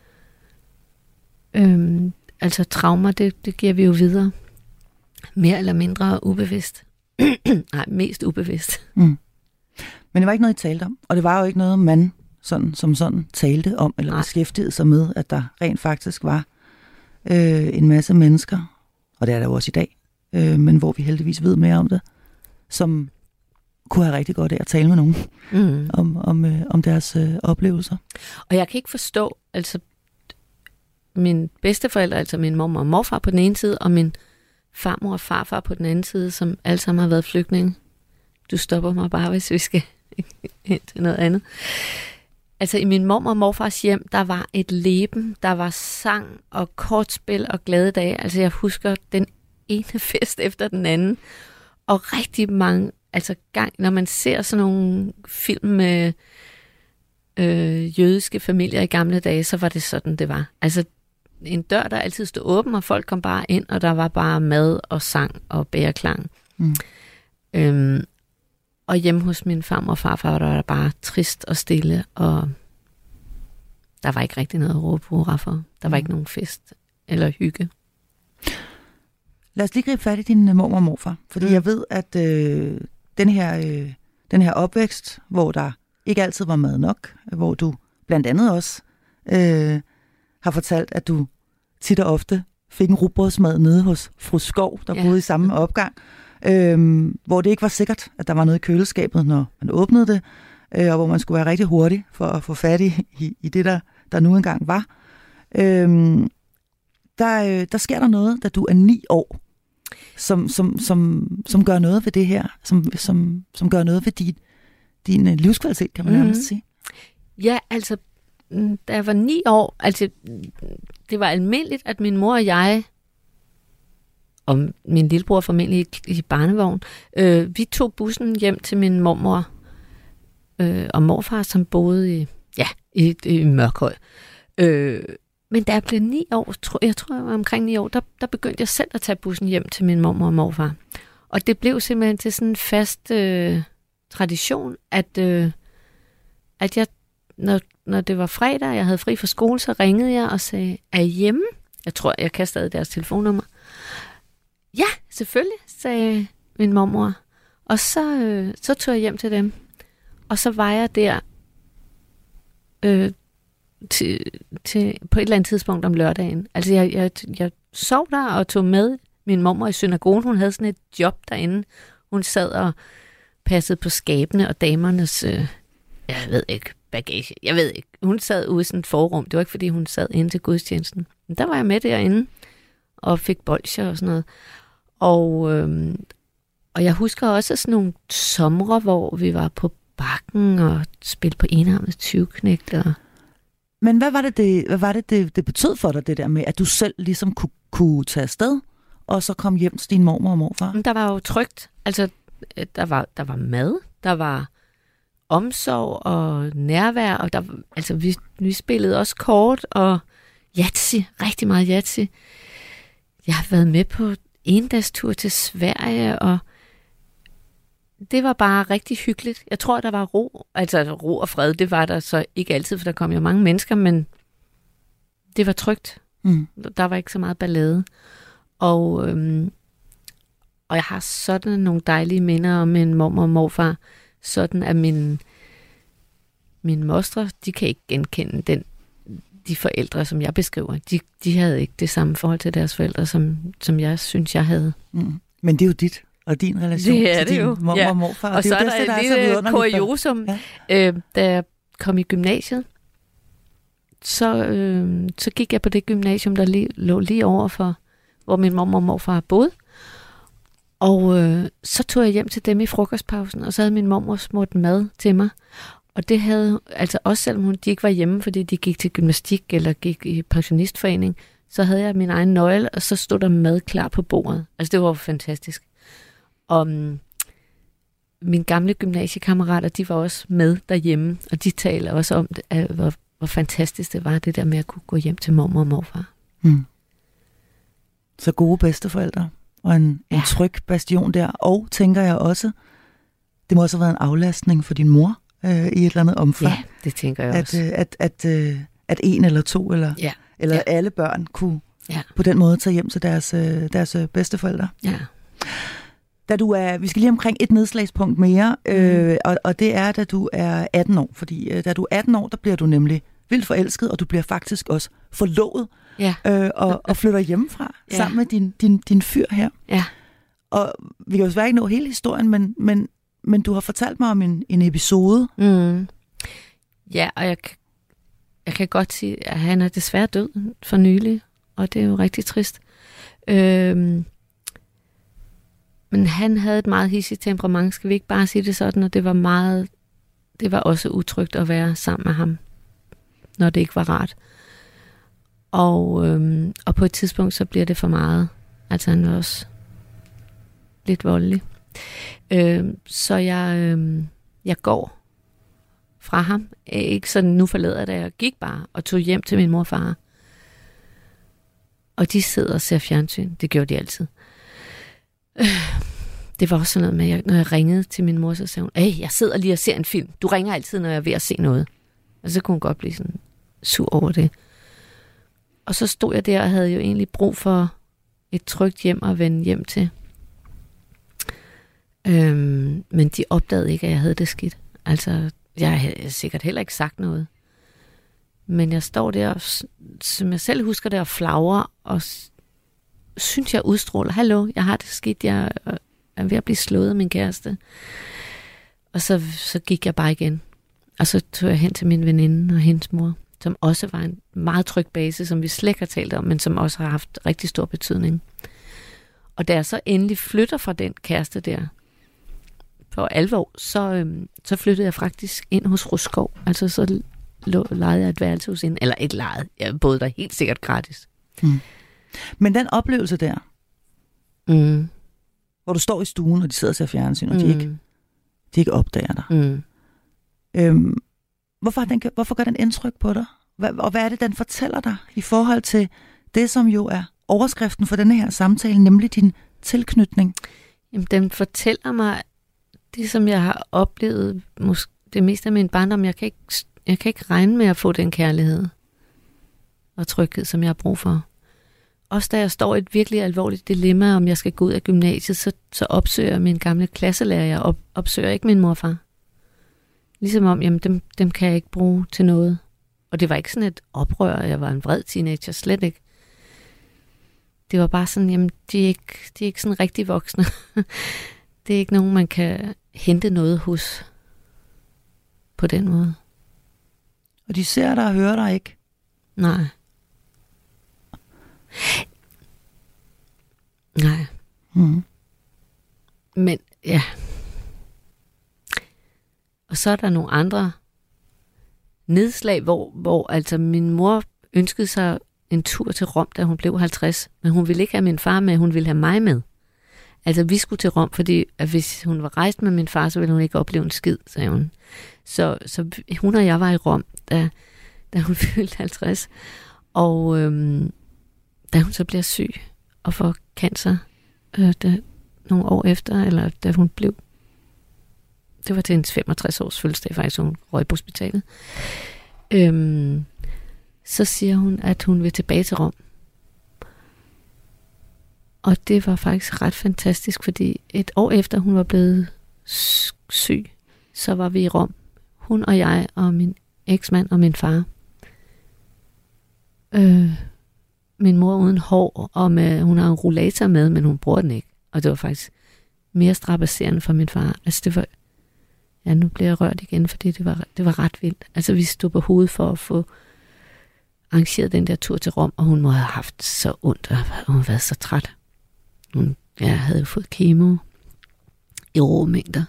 Øhm, altså, traumer, det, det giver vi jo videre. Mere eller mindre ubevidst. Nej, mest ubevidst. Mm. Men det var ikke noget, I talte om. Og det var jo ikke noget, man sådan, som sådan talte om, eller Nej. beskæftigede sig med, at der rent faktisk var øh, en masse mennesker, og det er der jo også i dag, øh, men hvor vi heldigvis ved mere om det, som kunne have rigtig godt af at tale med nogen mm. om, om, øh, om deres øh, oplevelser. Og jeg kan ikke forstå, altså min bedsteforældre, altså min mormor og morfar på den ene side, og min farmor og farfar på den anden side, som alle sammen har været flygtninge. Du stopper mig bare, hvis vi skal hen til noget andet. Altså i min mor og morfars hjem, der var et leben, der var sang og kortspil og glade dage. Altså jeg husker den ene fest efter den anden. Og rigtig mange, altså gang, når man ser sådan nogle film med øh, jødiske familier i gamle dage, så var det sådan, det var. Altså en dør, der altid stod åben, og folk kom bare ind, og der var bare mad og sang og bæreklang. Mm. Øhm, og hjemme hos min farmor og farfar, der var der bare trist og stille, og der var ikke rigtig noget at råbe hurra for. Der var mm. ikke nogen fest eller hygge. Lad os lige gribe fat i din mormor og morfar, fordi mm. jeg ved, at øh, den, her, øh, den her opvækst, hvor der ikke altid var mad nok, hvor du blandt andet også øh, har fortalt, at du tit og ofte fik en rugbrødsmad nede hos fru Skov, der ja. boede i samme opgang, øh, hvor det ikke var sikkert, at der var noget i køleskabet, når man åbnede det, øh, og hvor man skulle være rigtig hurtig for at få fat i, i, i det, der, der nu engang var. Øh, der, øh, der sker der noget, da du er ni år, som, som, som, som gør noget ved det her, som, som, som gør noget ved din, din livskvalitet, kan man mm-hmm. nærmest sige. Ja, altså, da jeg var ni år, altså, det var almindeligt, at min mor og jeg, og min lillebror formentlig i, i barnevogn, øh, vi tog bussen hjem til min mormor øh, og morfar, som boede i, ja, i, i Mørkhøj. Øh, Men da jeg blev ni år, tro, jeg tror jeg var omkring ni år, der, der begyndte jeg selv at tage bussen hjem til min mormor og morfar. Og det blev simpelthen til sådan en fast øh, tradition, at, øh, at jeg, når, når det var fredag, og jeg havde fri fra skole, så ringede jeg og sagde, er I hjemme? Jeg tror, jeg kan stadig deres telefonnummer. Ja, selvfølgelig, sagde min mormor. Og så, øh, så tog jeg hjem til dem. Og så var jeg der øh, Til, til, på et eller andet tidspunkt om lørdagen. Altså, jeg, jeg, jeg sov der og tog med min mormor i synagogen. Hun havde sådan et job derinde. Hun sad og passede på skabene og damernes, øh, jeg ved ikke, bagage. Jeg ved ikke. Hun sad ude i sådan et forrum. Det var ikke, fordi hun sad inde til gudstjenesten. Men der var jeg med derinde og fik bolsjer og sådan noget. Og, øh, og jeg husker også sådan nogle somre, hvor vi var på bakken og spillede på enarmet tyveknægt og Men hvad var det, det, hvad var det, det, det betød for dig, det der med, at du selv ligesom kunne, kunne tage afsted, og så komme hjem til din mormor og morfar? Der var jo trygt. Altså, der var, der var mad, der var omsorg og nærvær, og der, altså, vi, vi spillede også kort og Yatzy, rigtig meget Yatzy. Jeg har været med på endagstur til Sverige, og det var bare rigtig hyggeligt. Jeg tror, der var ro. Altså ro og fred, det var der så ikke altid, for der kom jo mange mennesker, men det var trygt. Mm. Der var ikke så meget ballade. Og, øhm, og jeg har sådan nogle dejlige minder om min mormor og morfar. Sådan at min, mine mostre, de kan ikke genkende den, de forældre, som jeg beskriver. De, de havde ikke det samme forhold til deres forældre, som, som jeg synes, jeg havde. Mm. Men det er jo dit og din relation til din mormor ja. og morfar. Og, og det så er, er der, der et lille kuriosum. Ja. Øh, da jeg kom i gymnasiet, så, øh, så gik jeg på det gymnasium, der lige, lå lige over for, hvor min mormor og morfar boede. Og øh, så tog jeg hjem til dem i frokostpausen, og så havde min mormor smurt mad til mig. Og det havde, altså også selvom hun, de ikke var hjemme, fordi de gik til gymnastik eller gik i pensionistforening, så havde jeg min egen nøgle, og så stod der mad klar på bordet. Altså det var fantastisk. Og um, mine gamle gymnasiekammerater, de var også med derhjemme, og de taler også om, det, at, hvor, hvor fantastisk det var, det der med at kunne gå hjem til mormor og morfar. Hmm. Så gode bedsteforældre, og en, ja. en tryg bastion der. Og tænker jeg også, det må også have været en aflastning for din mor øh, i et eller andet omfang. Ja, det tænker jeg at, også. Øh, at, at, øh, at en eller to, eller, ja. eller ja. alle børn kunne ja. på den måde tage hjem til deres, øh, deres bedsteforældre. Ja. Da du er, vi skal lige omkring et nedslagspunkt mere, øh, mm. og, og det er, da du er atten år. Fordi øh, da du er atten år, der bliver du nemlig vildt forelsket, og du bliver faktisk også forlovet, ja. øh, og, og flytter hjemmefra ja. sammen med din, din, din fyr her. Ja. Og vi kan jo svært ikke nå hele historien, men, men, men du har fortalt mig om en, en episode. Mm. Ja, og jeg, jeg kan godt sige, at han er desværre død for nylig, og det er jo rigtig trist. Øh, Men han havde et meget hissigt temperament, skal vi ikke bare sige det sådan, og det var meget, det var også utrygt at være sammen med ham. når det ikke var rart. Og, øhm, og på et tidspunkt, så bliver det for meget. Altså han er også lidt voldelig. Øhm, så jeg, øhm, jeg går fra ham. Ikke sådan, nu forlader jeg det. Jeg gik bare og tog hjem til min mor og far. Og de sidder og ser fjernsyn. Det gjorde de altid. Øh, det var også sådan noget med, at når jeg ringede til min mor, så sagde hun, hey, jeg sidder lige og ser en film. Du ringer altid, når jeg er ved at se noget. Og så kunne hun godt blive sådan sur over det. Og så stod jeg der og havde jo egentlig brug for et trygt hjem at vende hjem til. Øhm, men de opdagede ikke, at jeg havde det skidt. Altså, jeg havde sikkert heller ikke sagt noget. Men jeg står der, og, som jeg selv husker det, og flagrer, og synes, jeg udstråler, hallo, jeg har det skidt, jeg er ved at blive slået af min kæreste. Og så, så gik jeg bare igen. Og så tog jeg hen til min veninde og hendes mor, som også var en meget tryg base, som vi slet ikke har talt om, men som også har haft rigtig stor betydning. Og da jeg så endelig flytter fra den kæreste der, for alvor, så, øhm, så flyttede jeg faktisk ind hos Ruskov. Altså så lejede jeg et værelse hos hende. Eller ikke lejet. Jeg boede der helt sikkert gratis. Mm. Men den oplevelse der, mm. hvor du står i stuen, og de sidder og ser fjernsyn, og mm. de, ikke, de ikke opdager dig. Mm. Øhm, hvorfor, den, hvorfor gør den indtryk på dig? Hvad, og hvad er det, den fortæller dig i forhold til det, som jo er overskriften for denne her samtale, nemlig din tilknytning? Jamen, den fortæller mig det, som jeg har oplevet måske det meste af min barndom. Jeg kan ikke, jeg kan ikke regne med at få den kærlighed og tryghed, som jeg har brug for. Også da jeg står i et virkelig alvorligt dilemma, om jeg skal gå ud af gymnasiet, så, så opsøger jeg min gamle klasselærer. Jeg op, opsøger ikke min morfar. Ligesom om, jamen dem, dem kan jeg ikke bruge til noget. Og det var ikke sådan et oprør, jeg var en vred teenager, slet ikke. Det var bare sådan, jamen de er ikke, de er ikke sådan rigtig voksne. Det er ikke nogen, man kan hente noget hos på den måde. Og de ser dig og hører dig ikke? Nej. Nej. Mm. Men ja. Og så er der nogle andre nedslag, hvor, hvor altså min mor ønskede sig en tur til Rom, da hun blev halvtreds. Men hun ville ikke have min far med, hun ville have mig med. Altså vi skulle til Rom, fordi at hvis hun var rejst med min far, så ville hun ikke opleve en skid, sagde hun. Så, så hun og jeg var i Rom, da, da hun fyldte halvtreds. Og øhm, da hun så bliver syg og får cancer øh, da, nogle år efter, eller da hun blev, det var til hendes femogtres års fødselsdag faktisk, hun røg på hospitalet. Øhm, så siger hun, at hun vil tilbage til Rom. Og det var faktisk ret fantastisk, fordi et år efter hun var blevet syg, så var vi i Rom. Hun og jeg og min eksmand og min far. Øh, min mor uden hår, og med, hun har en rollator med, men hun bruger den ikke. Og det var faktisk mere strapasserende for min far. Altså det var, ja nu bliver jeg rørt igen, fordi det var, det var ret vildt. Altså vi stod på hovedet for at få arrangeret den der tur til Rom, og hun må have haft så ondt, og hun havde været så træt. Hun ja, havde fået kemo i rå mængder.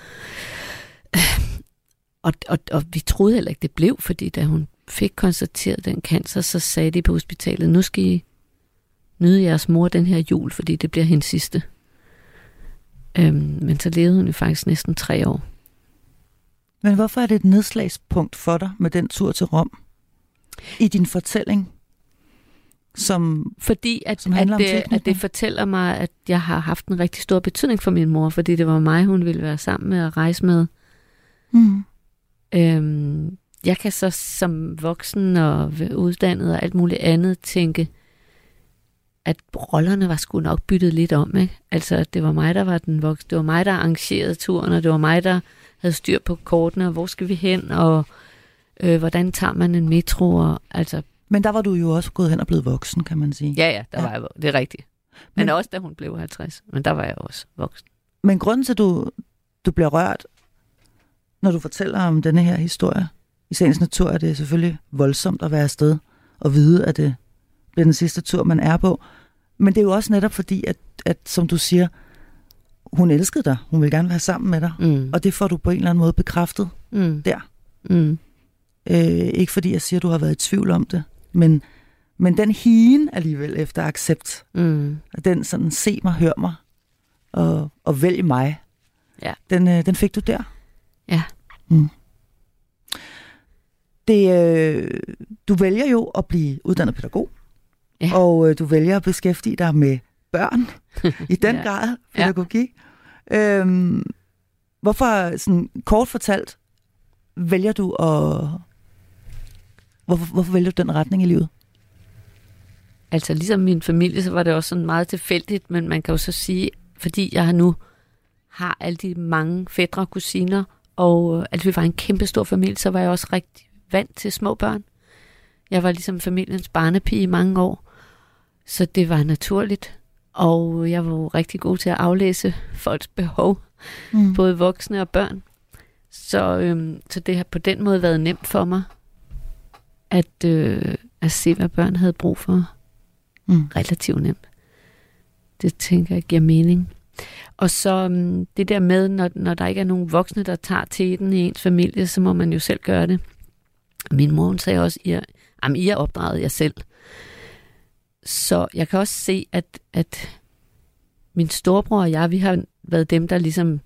Og, og, og vi troede heller ikke, det blev, fordi da hun fik konstateret den cancer, så sagde de på hospitalet, nu skal I nyde jeres mor den her jul, fordi det bliver hendes sidste. Øhm, men så levede hun jo faktisk næsten tre år. Men hvorfor er det et nedslagspunkt for dig med den tur til Rom? I din fortælling? Som, fordi at, som at, det, at det fortæller mig, at jeg har haft en rigtig stor betydning for min mor, fordi det var mig, hun ville være sammen med og rejse med. Mm. Øhm, jeg kan så som voksen og uddannet og alt muligt andet tænke, at rollerne var sgu nok byttet lidt om, ikke? Altså, det var mig, der var den voksne. Det var mig, der arrangerede turen, og det var mig, der havde styr på kortene, og hvor skal vi hen, og øh, hvordan tager man en metro, og altså. Men der var du jo også gået hen og blevet voksen, kan man sige. Ja, ja, der ja. var jeg, det er rigtigt. Men, men også da hun blev halvtreds, men der var jeg også voksen. Men grunden til, at du, du bliver rørt, når du fortæller om denne her historie, i sagens natur er det selvfølgelig voldsomt at være afsted og vide, at det bliver den sidste tur, man er på. Men det er jo også netop fordi, at, at som du siger, hun elskede dig. Hun vil gerne være sammen med dig. Mm. Og det får du på en eller anden måde bekræftet mm. der. Mm. Øh, ikke fordi jeg siger, at du har været i tvivl om det, men, men den higen alligevel efter accept, Mm. den sådan, se mig, hør mig, og, og vælg mig, Ja. den, øh, den fik du der. Ja. Mm. Det, øh, du vælger jo at blive uddannet pædagog, Ja. og øh, du vælger at beskæftige dig med børn, i den Ja. grad, pædagogik. Ja. Øhm, hvorfor, sådan kort fortalt, vælger du at... Hvorfor, hvorfor vælger du den retning i livet? Altså ligesom min familie, så var det også sådan meget tilfældigt, men man kan jo så sige, fordi jeg nu har alle de mange fætre og kusiner, og altså vi var en kæmpe stor familie, så var jeg også rigtig vant til små børn. Jeg var ligesom familiens barnepige i mange år, så det var naturligt, og jeg var jo rigtig god til at aflæse folks behov, mm. både voksne og børn. Så, øhm, så det har på den måde været nemt for mig, at, øh, at se, hvad børn havde brug for. Mm. Relativt nemt. Det tænker jeg giver mening. Og så um, det der med, når, når der ikke er nogen voksne, der tager teten i ens familie, så må man jo selv gøre det. Min mor, hun sagde også, I er, jamen, I er opdraget jer selv. Så jeg kan også se, at, at min storebror og jeg, vi har været dem, der ligesom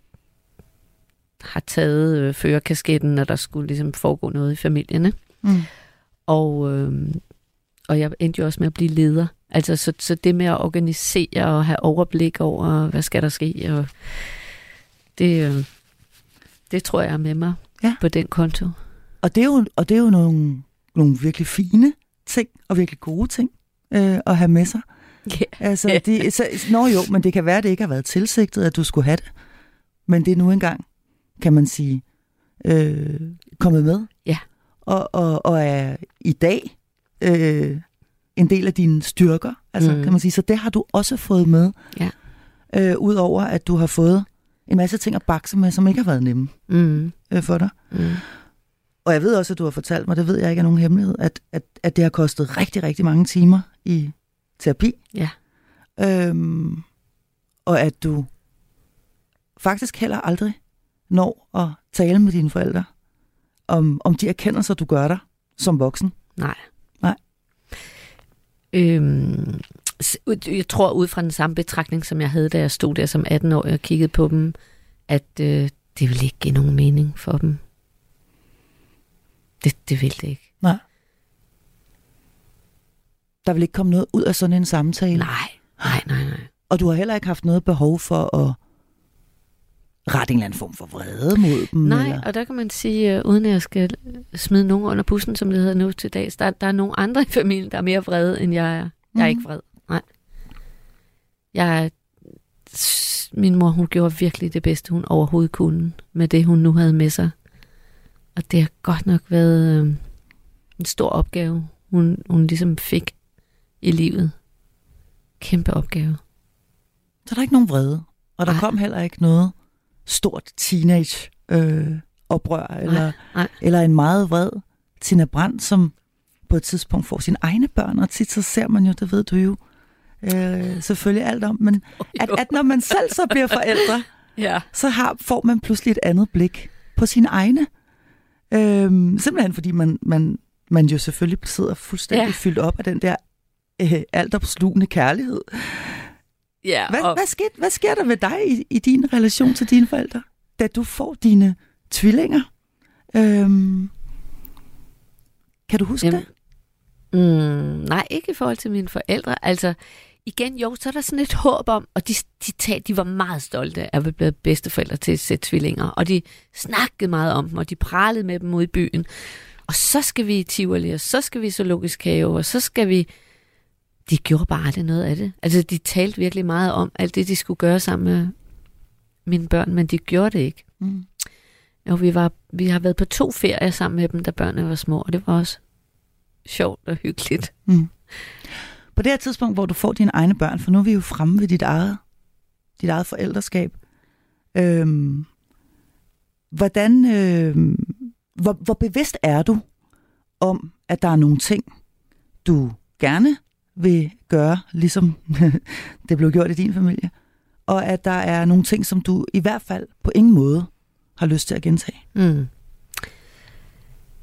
har taget øh, førerkasketten, når der skulle ligesom foregå noget i familien. Mm. Og, øh, og jeg endte jo også med at blive leder. Altså, så, så det med at organisere og have overblik over, hvad skal der ske, og det, øh, det tror jeg er med mig ja. På den konto. Og det er jo, og det er jo nogle, nogle virkelig fine ting, og virkelig gode ting øh, at have med sig. Yeah. Altså, de, så, nå jo, men det kan være, at det ikke har været tilsigtet, at du skulle have det. Men det er nu engang, kan man sige, øh, kommet med. Ja. Og, og, og er i dag øh, en del af dine styrker, altså, mm. kan man sige. Så det har du også fået med. Ja. Øh, Udover at du har fået en masse ting at bakse med, som ikke har været nemme mm. øh, for dig. Mm. Og jeg ved også, at du har fortalt mig, det ved jeg ikke er nogen hemmelighed, at, at, at det har kostet rigtig, rigtig mange timer i terapi. Ja. Øhm, og at du faktisk heller aldrig når at tale med dine forældre om, om de erkendelser, du gør dig som voksen. Nej. Nej. Øhm, jeg tror, ud fra den samme betragtning, som jeg havde, da jeg stod der som atten-årig og kiggede på dem, at øh, det ville ikke give nogen mening for dem. Det, det ville det ikke. Nej. Der vil ikke komme noget ud af sådan en samtale? Nej, nej, nej, nej. Og du har heller ikke haft noget behov for at rette en eller anden form for vrede mod dem? Nej, eller? Og der kan man sige, uh, uden at jeg skal smide nogen under bussen, som det hedder nu til dags, der, der er nogle andre i familien, der er mere vrede, end jeg er. Jeg er mm-hmm. ikke vred. Nej. Jeg er, min mor, hun gjorde virkelig det bedste, hun overhovedet kunne, med det, hun nu havde med sig. Og det har godt nok været øh, en stor opgave, hun, hun ligesom fik i livet. Kæmpe opgave. Så der er ikke nogen vrede, og der Ej. kom heller ikke noget stort teenage øh, oprør, eller, Nej. Nej. eller en meget vred Tina Brandt, som på et tidspunkt får sine egne børn, og tit så ser man jo, det ved du jo øh, selvfølgelig alt om, men at, at når man selv så bliver forældre, ja. så har, får man pludselig et andet blik på sine egne. Øh, simpelthen fordi man, man, man jo selvfølgelig sidder fuldstændig ja. fyldt op af den der øh, altopslugende kærlighed. Ja, hvad, og... hvad, sker, hvad sker der ved dig i, i din relation til dine forældre, da du får dine tvillinger? Øhm, kan du huske Jamen, det? Mm, nej, ikke i forhold til mine forældre. Altså, igen, jo, så er der sådan et håb om, og de, de, de, de var meget stolte af at være bedsteforældre til at sætte tvillinger, og de snakkede meget om dem, og de pralede med dem ude i byen. Og så skal vi i Tivoli, og så skal vi i Zoologisk Have, og så skal vi... De gjorde bare aldrig noget af det. Altså, de talte virkelig meget om alt det, de skulle gøre sammen med mine børn, men de gjorde det ikke. Mm. Jo, vi, var, vi har været på to ferier sammen med dem, da børnene var små, og det var også sjovt og hyggeligt. Mm. På det her tidspunkt, hvor du får dine egne børn, for nu er vi jo fremme ved dit eget, dit eget forældreskab. Øhm, hvordan, øhm, hvor, hvor bevidst er du om, at der er nogle ting, du gerne vil gøre, ligesom det blev gjort i din familie, og at der er nogle ting, som du i hvert fald på ingen måde har lyst til at gentage? Mm.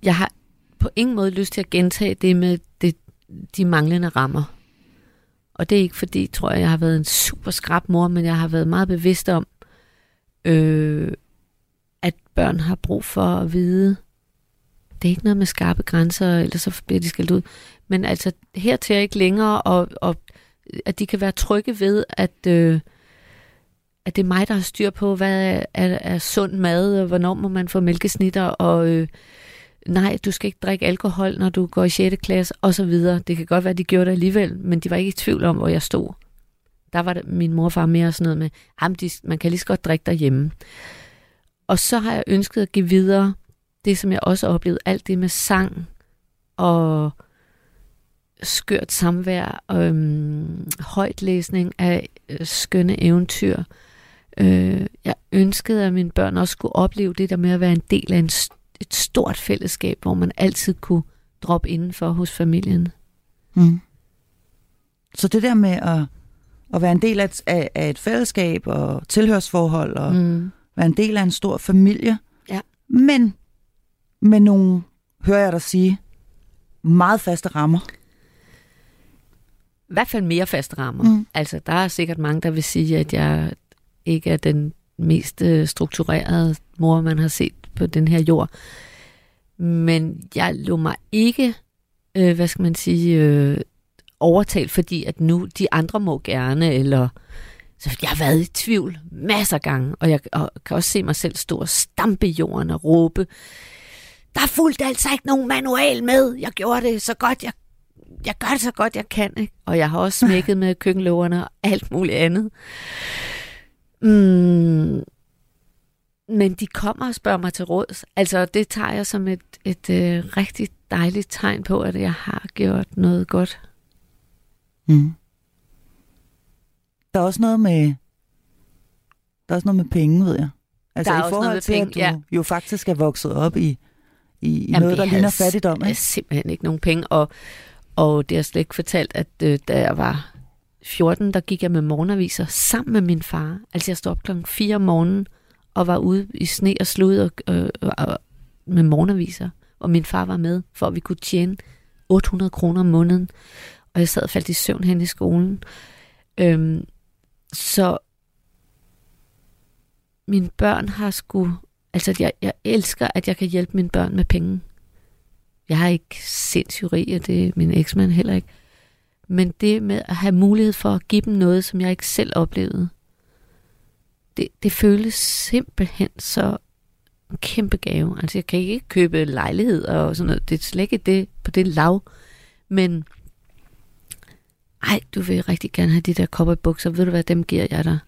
jeg har på ingen måde lyst til at gentage det med det, de manglende rammer. Og det er ikke fordi, tror jeg, jeg har været en super skrap mor, men jeg har været meget bevidst om, øh, at børn har brug for at vide, det er ikke noget med skarpe grænser, eller så bliver de skældt ud. Men altså, her til ikke længere, og, og at de kan være trygge ved, at, øh, at det er mig, der har styr på, hvad er, er, er sund mad, og hvornår må man få mælkesnitter, og øh, nej, du skal ikke drikke alkohol, når du går i sjette klasse, og så videre. Det kan godt være, de gjorde det alligevel, men de var ikke i tvivl om, hvor jeg stod. Der var det, min mor og far mere sådan noget med, jamen, de, man kan lige så godt drikke derhjemme. Og så har jeg ønsket at give videre det, som jeg også har oplevet, alt det med sang og skørt samvær, og øhm, højtlæsning af øh, skønne eventyr. Øh, jeg ønskede, at mine børn også skulle opleve det der med at være en del af en, et stort fællesskab, hvor man altid kunne droppe indenfor hos familien. Mm. Så det der med at, at være en del af et, af, af et fællesskab og tilhørsforhold og mm. være en del af en stor familie, ja. men med nogle, hører jeg dig sige, meget faste rammer. I hvert fald mere faste rammer. Mm. Altså, der er sikkert mange, der vil sige, at jeg ikke er den mest strukturerede mor, man har set på den her jord. Men jeg lå mig ikke, øh, hvad skal man sige, øh, overtalt, fordi at nu de andre må gerne, eller så jeg har været i tvivl masser af gange, og jeg og kan også se mig selv stå og stampe i jorden og råbe, der er fuldt altså ikke nogen manual med, jeg gjorde det så godt, jeg, jeg gør det så godt, jeg kan, ikke? Og jeg har også smækket med køkkenlågerne og alt muligt andet. Mm. Men de kommer og spørger mig til råds. Altså, det tager jeg som et, et, et uh, rigtig dejligt tegn på, at jeg har gjort noget godt. Mm. Der er også noget med der er også noget med penge, ved jeg. Altså i forhold til, penge, at du ja. jo faktisk er vokset op i, i, i noget, der ligner fattigdom. Jeg havde simpelthen ikke nogen penge, og, og det har slet ikke fortalt, at øh, da jeg var fjorten, der gik jeg med morgenaviser sammen med min far. Altså jeg stod op klokken fire om morgenen, og var ude i sne og slud og, øh, og, med morgenaviser, og min far var med, for at vi kunne tjene otte hundrede kroner om måneden, og jeg sad og faldt i søvn hen i skolen. Øhm, så mine børn har sgu, altså jeg, jeg elsker, at jeg kan hjælpe mine børn med penge. Jeg har ikke sindssygt rig, og det er min eksmand heller ikke. Men det med at have mulighed for at give dem noget, som jeg ikke selv oplevede, det, det føles simpelthen så en kæmpe gave. Altså jeg kan ikke købe lejlighed og sådan noget. Det er slet ikke det på det lav. Men ej, du vil rigtig gerne have de der cowboybukser. Ved du hvad, dem giver jeg dig.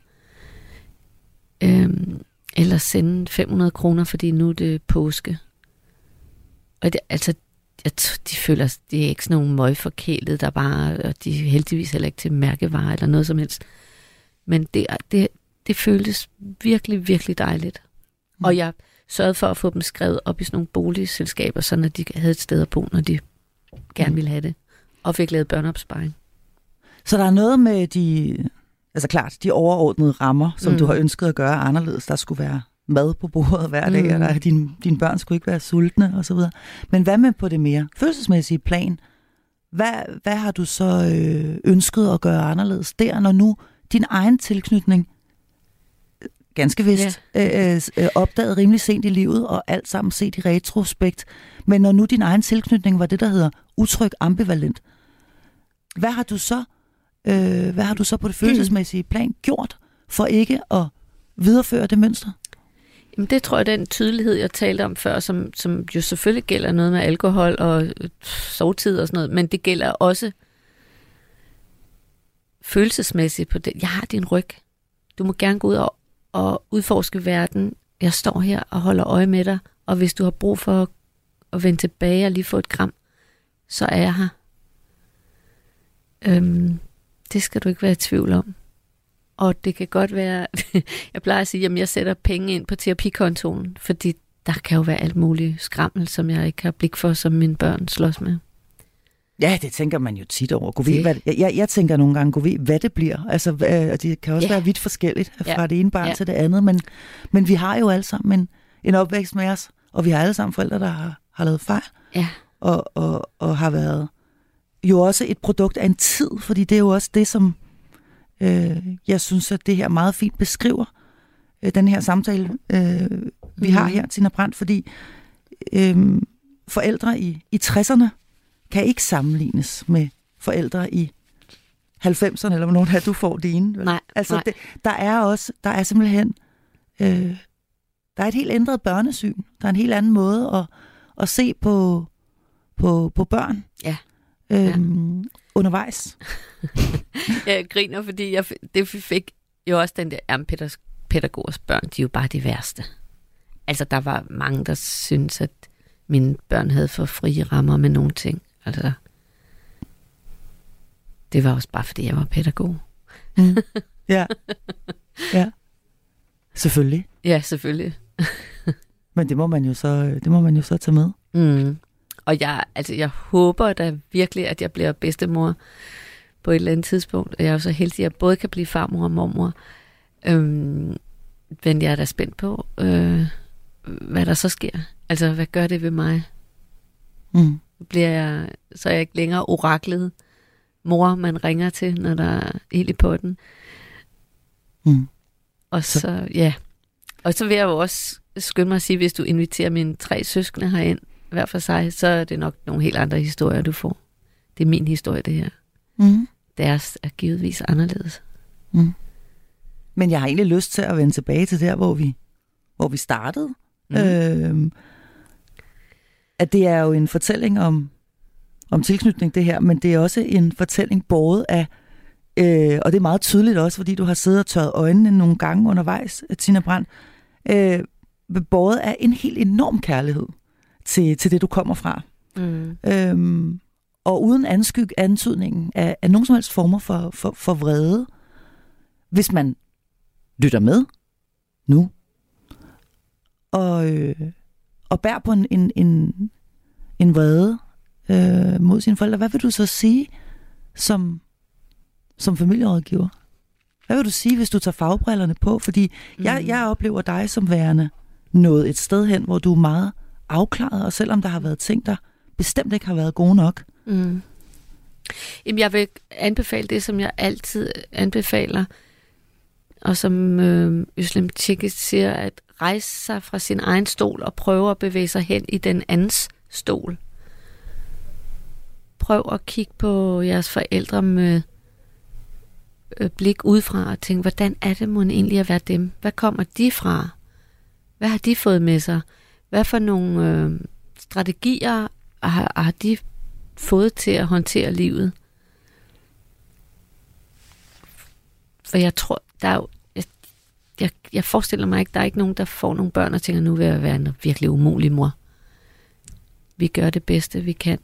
Øhm, eller sende fem hundrede kroner, fordi nu er det påske. Og det, altså, jeg, de føler, det er ikke sådan nogle møgforkælede, der bare, og de er heldigvis heller ikke til mærkevarer eller noget som helst. Men det, det, det føltes virkelig, virkelig dejligt. Mm. Og jeg sørgede for at få dem skrevet op i sådan nogle boligselskaber, sådan at de havde et sted at bo, når de gerne mm. ville have det. Og fik lavet børneopsparing. Så der er noget med de, altså klart, de overordnede rammer, som mm. du har ønsket at gøre anderledes. Der skulle være mad på bordet hver dag, mm. og der, dine, dine børn skulle ikke være sultne og så videre. Men hvad med på det mere følelsesmæssige plan? Hvad, hvad har du så øh, ønsket at gøre anderledes der, når nu din egen tilknytning, ganske vist, yeah. øh, øh, opdaget rimelig sent i livet, og alt sammen set i retrospekt, men når nu din egen tilknytning var det, der hedder utryg ambivalent, hvad har du så øh, hvad har du så på det følelsesmæssige plan gjort for ikke at videreføre det mønster? Jamen det tror jeg, den tydelighed, jeg talte om før, som, som jo selvfølgelig gælder noget med alkohol og sovetid og sådan noget, men det gælder også følelsesmæssigt på det. Jeg har din ryg. Du må gerne gå ud og, og udforske verden. Jeg står her og holder øje med dig, og hvis du har brug for at, at vende tilbage og lige få et kram, så er jeg her. Øhm, det skal du ikke være i tvivl om. Og det kan godt være, jeg plejer at sige, at jeg sætter penge ind på terapikontoen, fordi der kan jo være alt muligt skrammel, som jeg ikke har blik for, som mine børn slås med. Ja, det tænker man jo tit over. Ved, hvad, jeg, jeg tænker nogle gange, ved, hvad det bliver. Altså, og det kan også ja. være vidt forskelligt fra ja. det ene barn ja. til det andet, men, men vi har jo alle sammen en, en opvækst med os, og vi har alle sammen forældre, der har, har lavet fejl. Ja. Og, og, og har været jo også et produkt af en tid, fordi det er jo også det, som øh, jeg synes, at det her meget fint beskriver, øh, den her samtale, øh, vi mm. har her, Tina Brandt, fordi øh, forældre i, i tresserne kan ikke sammenlignes med forældre i halvfemserne, eller hvornår du får dine. Nej, altså, nej. Det, der er også, der er simpelthen, øh, der er et helt ændret børnesyn. Der er en helt anden måde at, at se på, på, på børn. Ja. Øhm, ja. Undervejs. Jeg griner, fordi jeg, det fik jo også den der pædagogers børn, de er jo bare de værste. Altså, der var mange, der syntes, at mine børn havde for frie rammer med nogle ting. Altså, det var også bare, fordi jeg var pædagog. Mm. Ja. Ja. Selvfølgelig. Ja, selvfølgelig. Men det må man jo så, det må man jo så tage med. Mm. Og jeg, altså, jeg håber da virkelig, at jeg bliver bedstemor på et eller andet tidspunkt. Og jeg er jo så heldig, at jeg både kan blive farmor og mormor. Øhm, men jeg er da spændt på, øh, hvad der så sker. Altså, hvad gør det ved mig? Mm. Bliver jeg, så er jeg ikke længere oraklet mor, man ringer til, når der er ild i potten. Mm. Og så, så, ja. Og så vil jeg jo også skynde mig at sige, hvis du inviterer mine tre søskende herind, hver for sig, så er det nok nogle helt andre historier, du får. Det er min historie, det her. Mm. Deres er givetvis anderledes. Mm. Men jeg har egentlig lyst til at vende tilbage til der, hvor vi, hvor vi startede. Mm. Øh, at det er jo en fortælling om, om tilknytning, det her, men det er også en fortælling båret af, øh, og det er meget tydeligt også, fordi du har siddet og tørret øjnene nogle gange undervejs, Tina Brandt, øh, båret af en helt enorm kærlighed til, til det, du kommer fra. Mm. Øhm, og uden anskyg antydningen af, af nogen som helst former for, for, for vrede. Hvis man lytter med nu, og, øh, og bærer på en, en, en, en vrede øh, mod sine forældre, hvad vil du så sige som, som familierådgiver? Hvad vil du sige, hvis du tager fagbrillerne på? Fordi mm. jeg, jeg oplever dig som værende nået et sted hen, hvor du er meget afklaret, og selvom der har været ting, der bestemt ikke har været gode nok. Mm. Jamen, jeg vil anbefale det, som jeg altid anbefaler, og som øh, Özlem Cekic siger, at rejse sig fra sin egen stol og prøve at bevæge sig hen i den andens stol. Prøv at kigge på jeres forældre med øh, blik udefra og tænke, hvordan er det mon egentlig at være dem? Hvad kommer de fra? Hvad har de fået med sig? Hvad for nogle øh, strategier har, har de fået til at håndtere livet? For jeg tror, der er jo, jeg, jeg, jeg forestiller mig ikke, der er ikke nogen, der får nogle børn og tænker, nu vil jeg være en virkelig umulig mor. Vi gør det bedste, vi kan.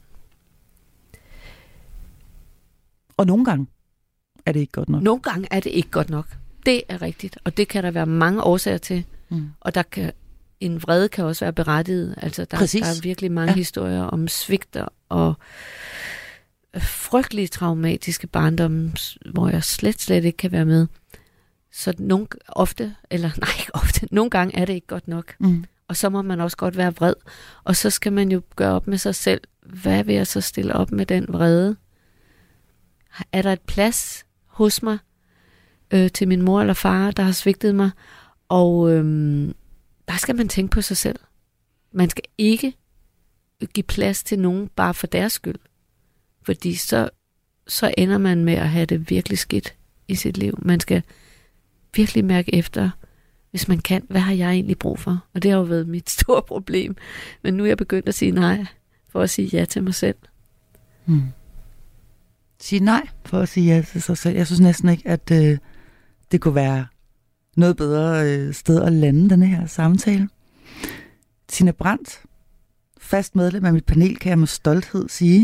Og nogle gange er det ikke godt nok. Nogle gange er det ikke godt nok. Det er rigtigt, og det kan der være mange årsager til. Mm. Og der kan, en vrede kan også være berettiget. Altså, der, der er virkelig mange ja. historier om svigter og frygtelige traumatiske barndomme, hvor jeg slet, slet ikke kan være med. Så nogle, ofte, eller nej, ikke ofte, nogle gange er det ikke godt nok. Mm. Og så må man også godt være vred. Og så skal man jo gøre op med sig selv. Hvad vil jeg så stille op med den vrede? Er der et plads hos mig øh, til min mor eller far, der har svigtet mig? Og øhm, der skal man tænke på sig selv. Man skal ikke give plads til nogen bare for deres skyld. Fordi så, så ender man med at have det virkelig skidt i sit liv. Man skal virkelig mærke efter, hvis man kan, hvad har jeg egentlig brug for? Og det har jo været mit store problem. Men nu er jeg begyndt at sige nej, for at sige ja til mig selv. Hmm. Sige nej, for at sige ja til sig selv. Jeg synes næsten ikke, at øh, det kunne være noget bedre øh, sted at lande denne her samtale. Tina Brandt, fast medlem af mit panel, kan jeg med stolthed sige.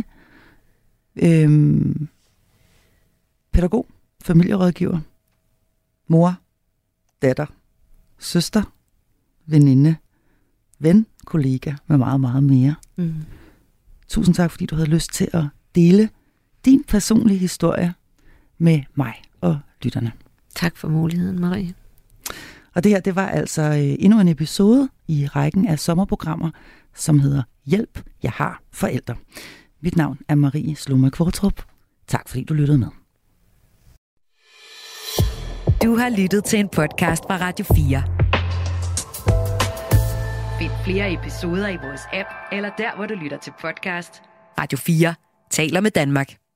Øhm, pædagog, familierådgiver, mor, datter, søster, veninde, ven, kollega med meget, meget mere. Mm. Tusind tak, fordi du havde lyst til at dele din personlige historie med mig og lytterne. Tak for muligheden, Marie. Og det her, det var altså endnu en episode i rækken af sommerprogrammer, som hedder Hjælp, jeg har forældre. Mit navn er Marie Sloma Kvartrup. Tak fordi du lyttede med. Du har lyttet til en podcast fra Radio fire. Find flere episoder i vores app, eller der, hvor du lytter til podcast. Radio fire taler med Danmark.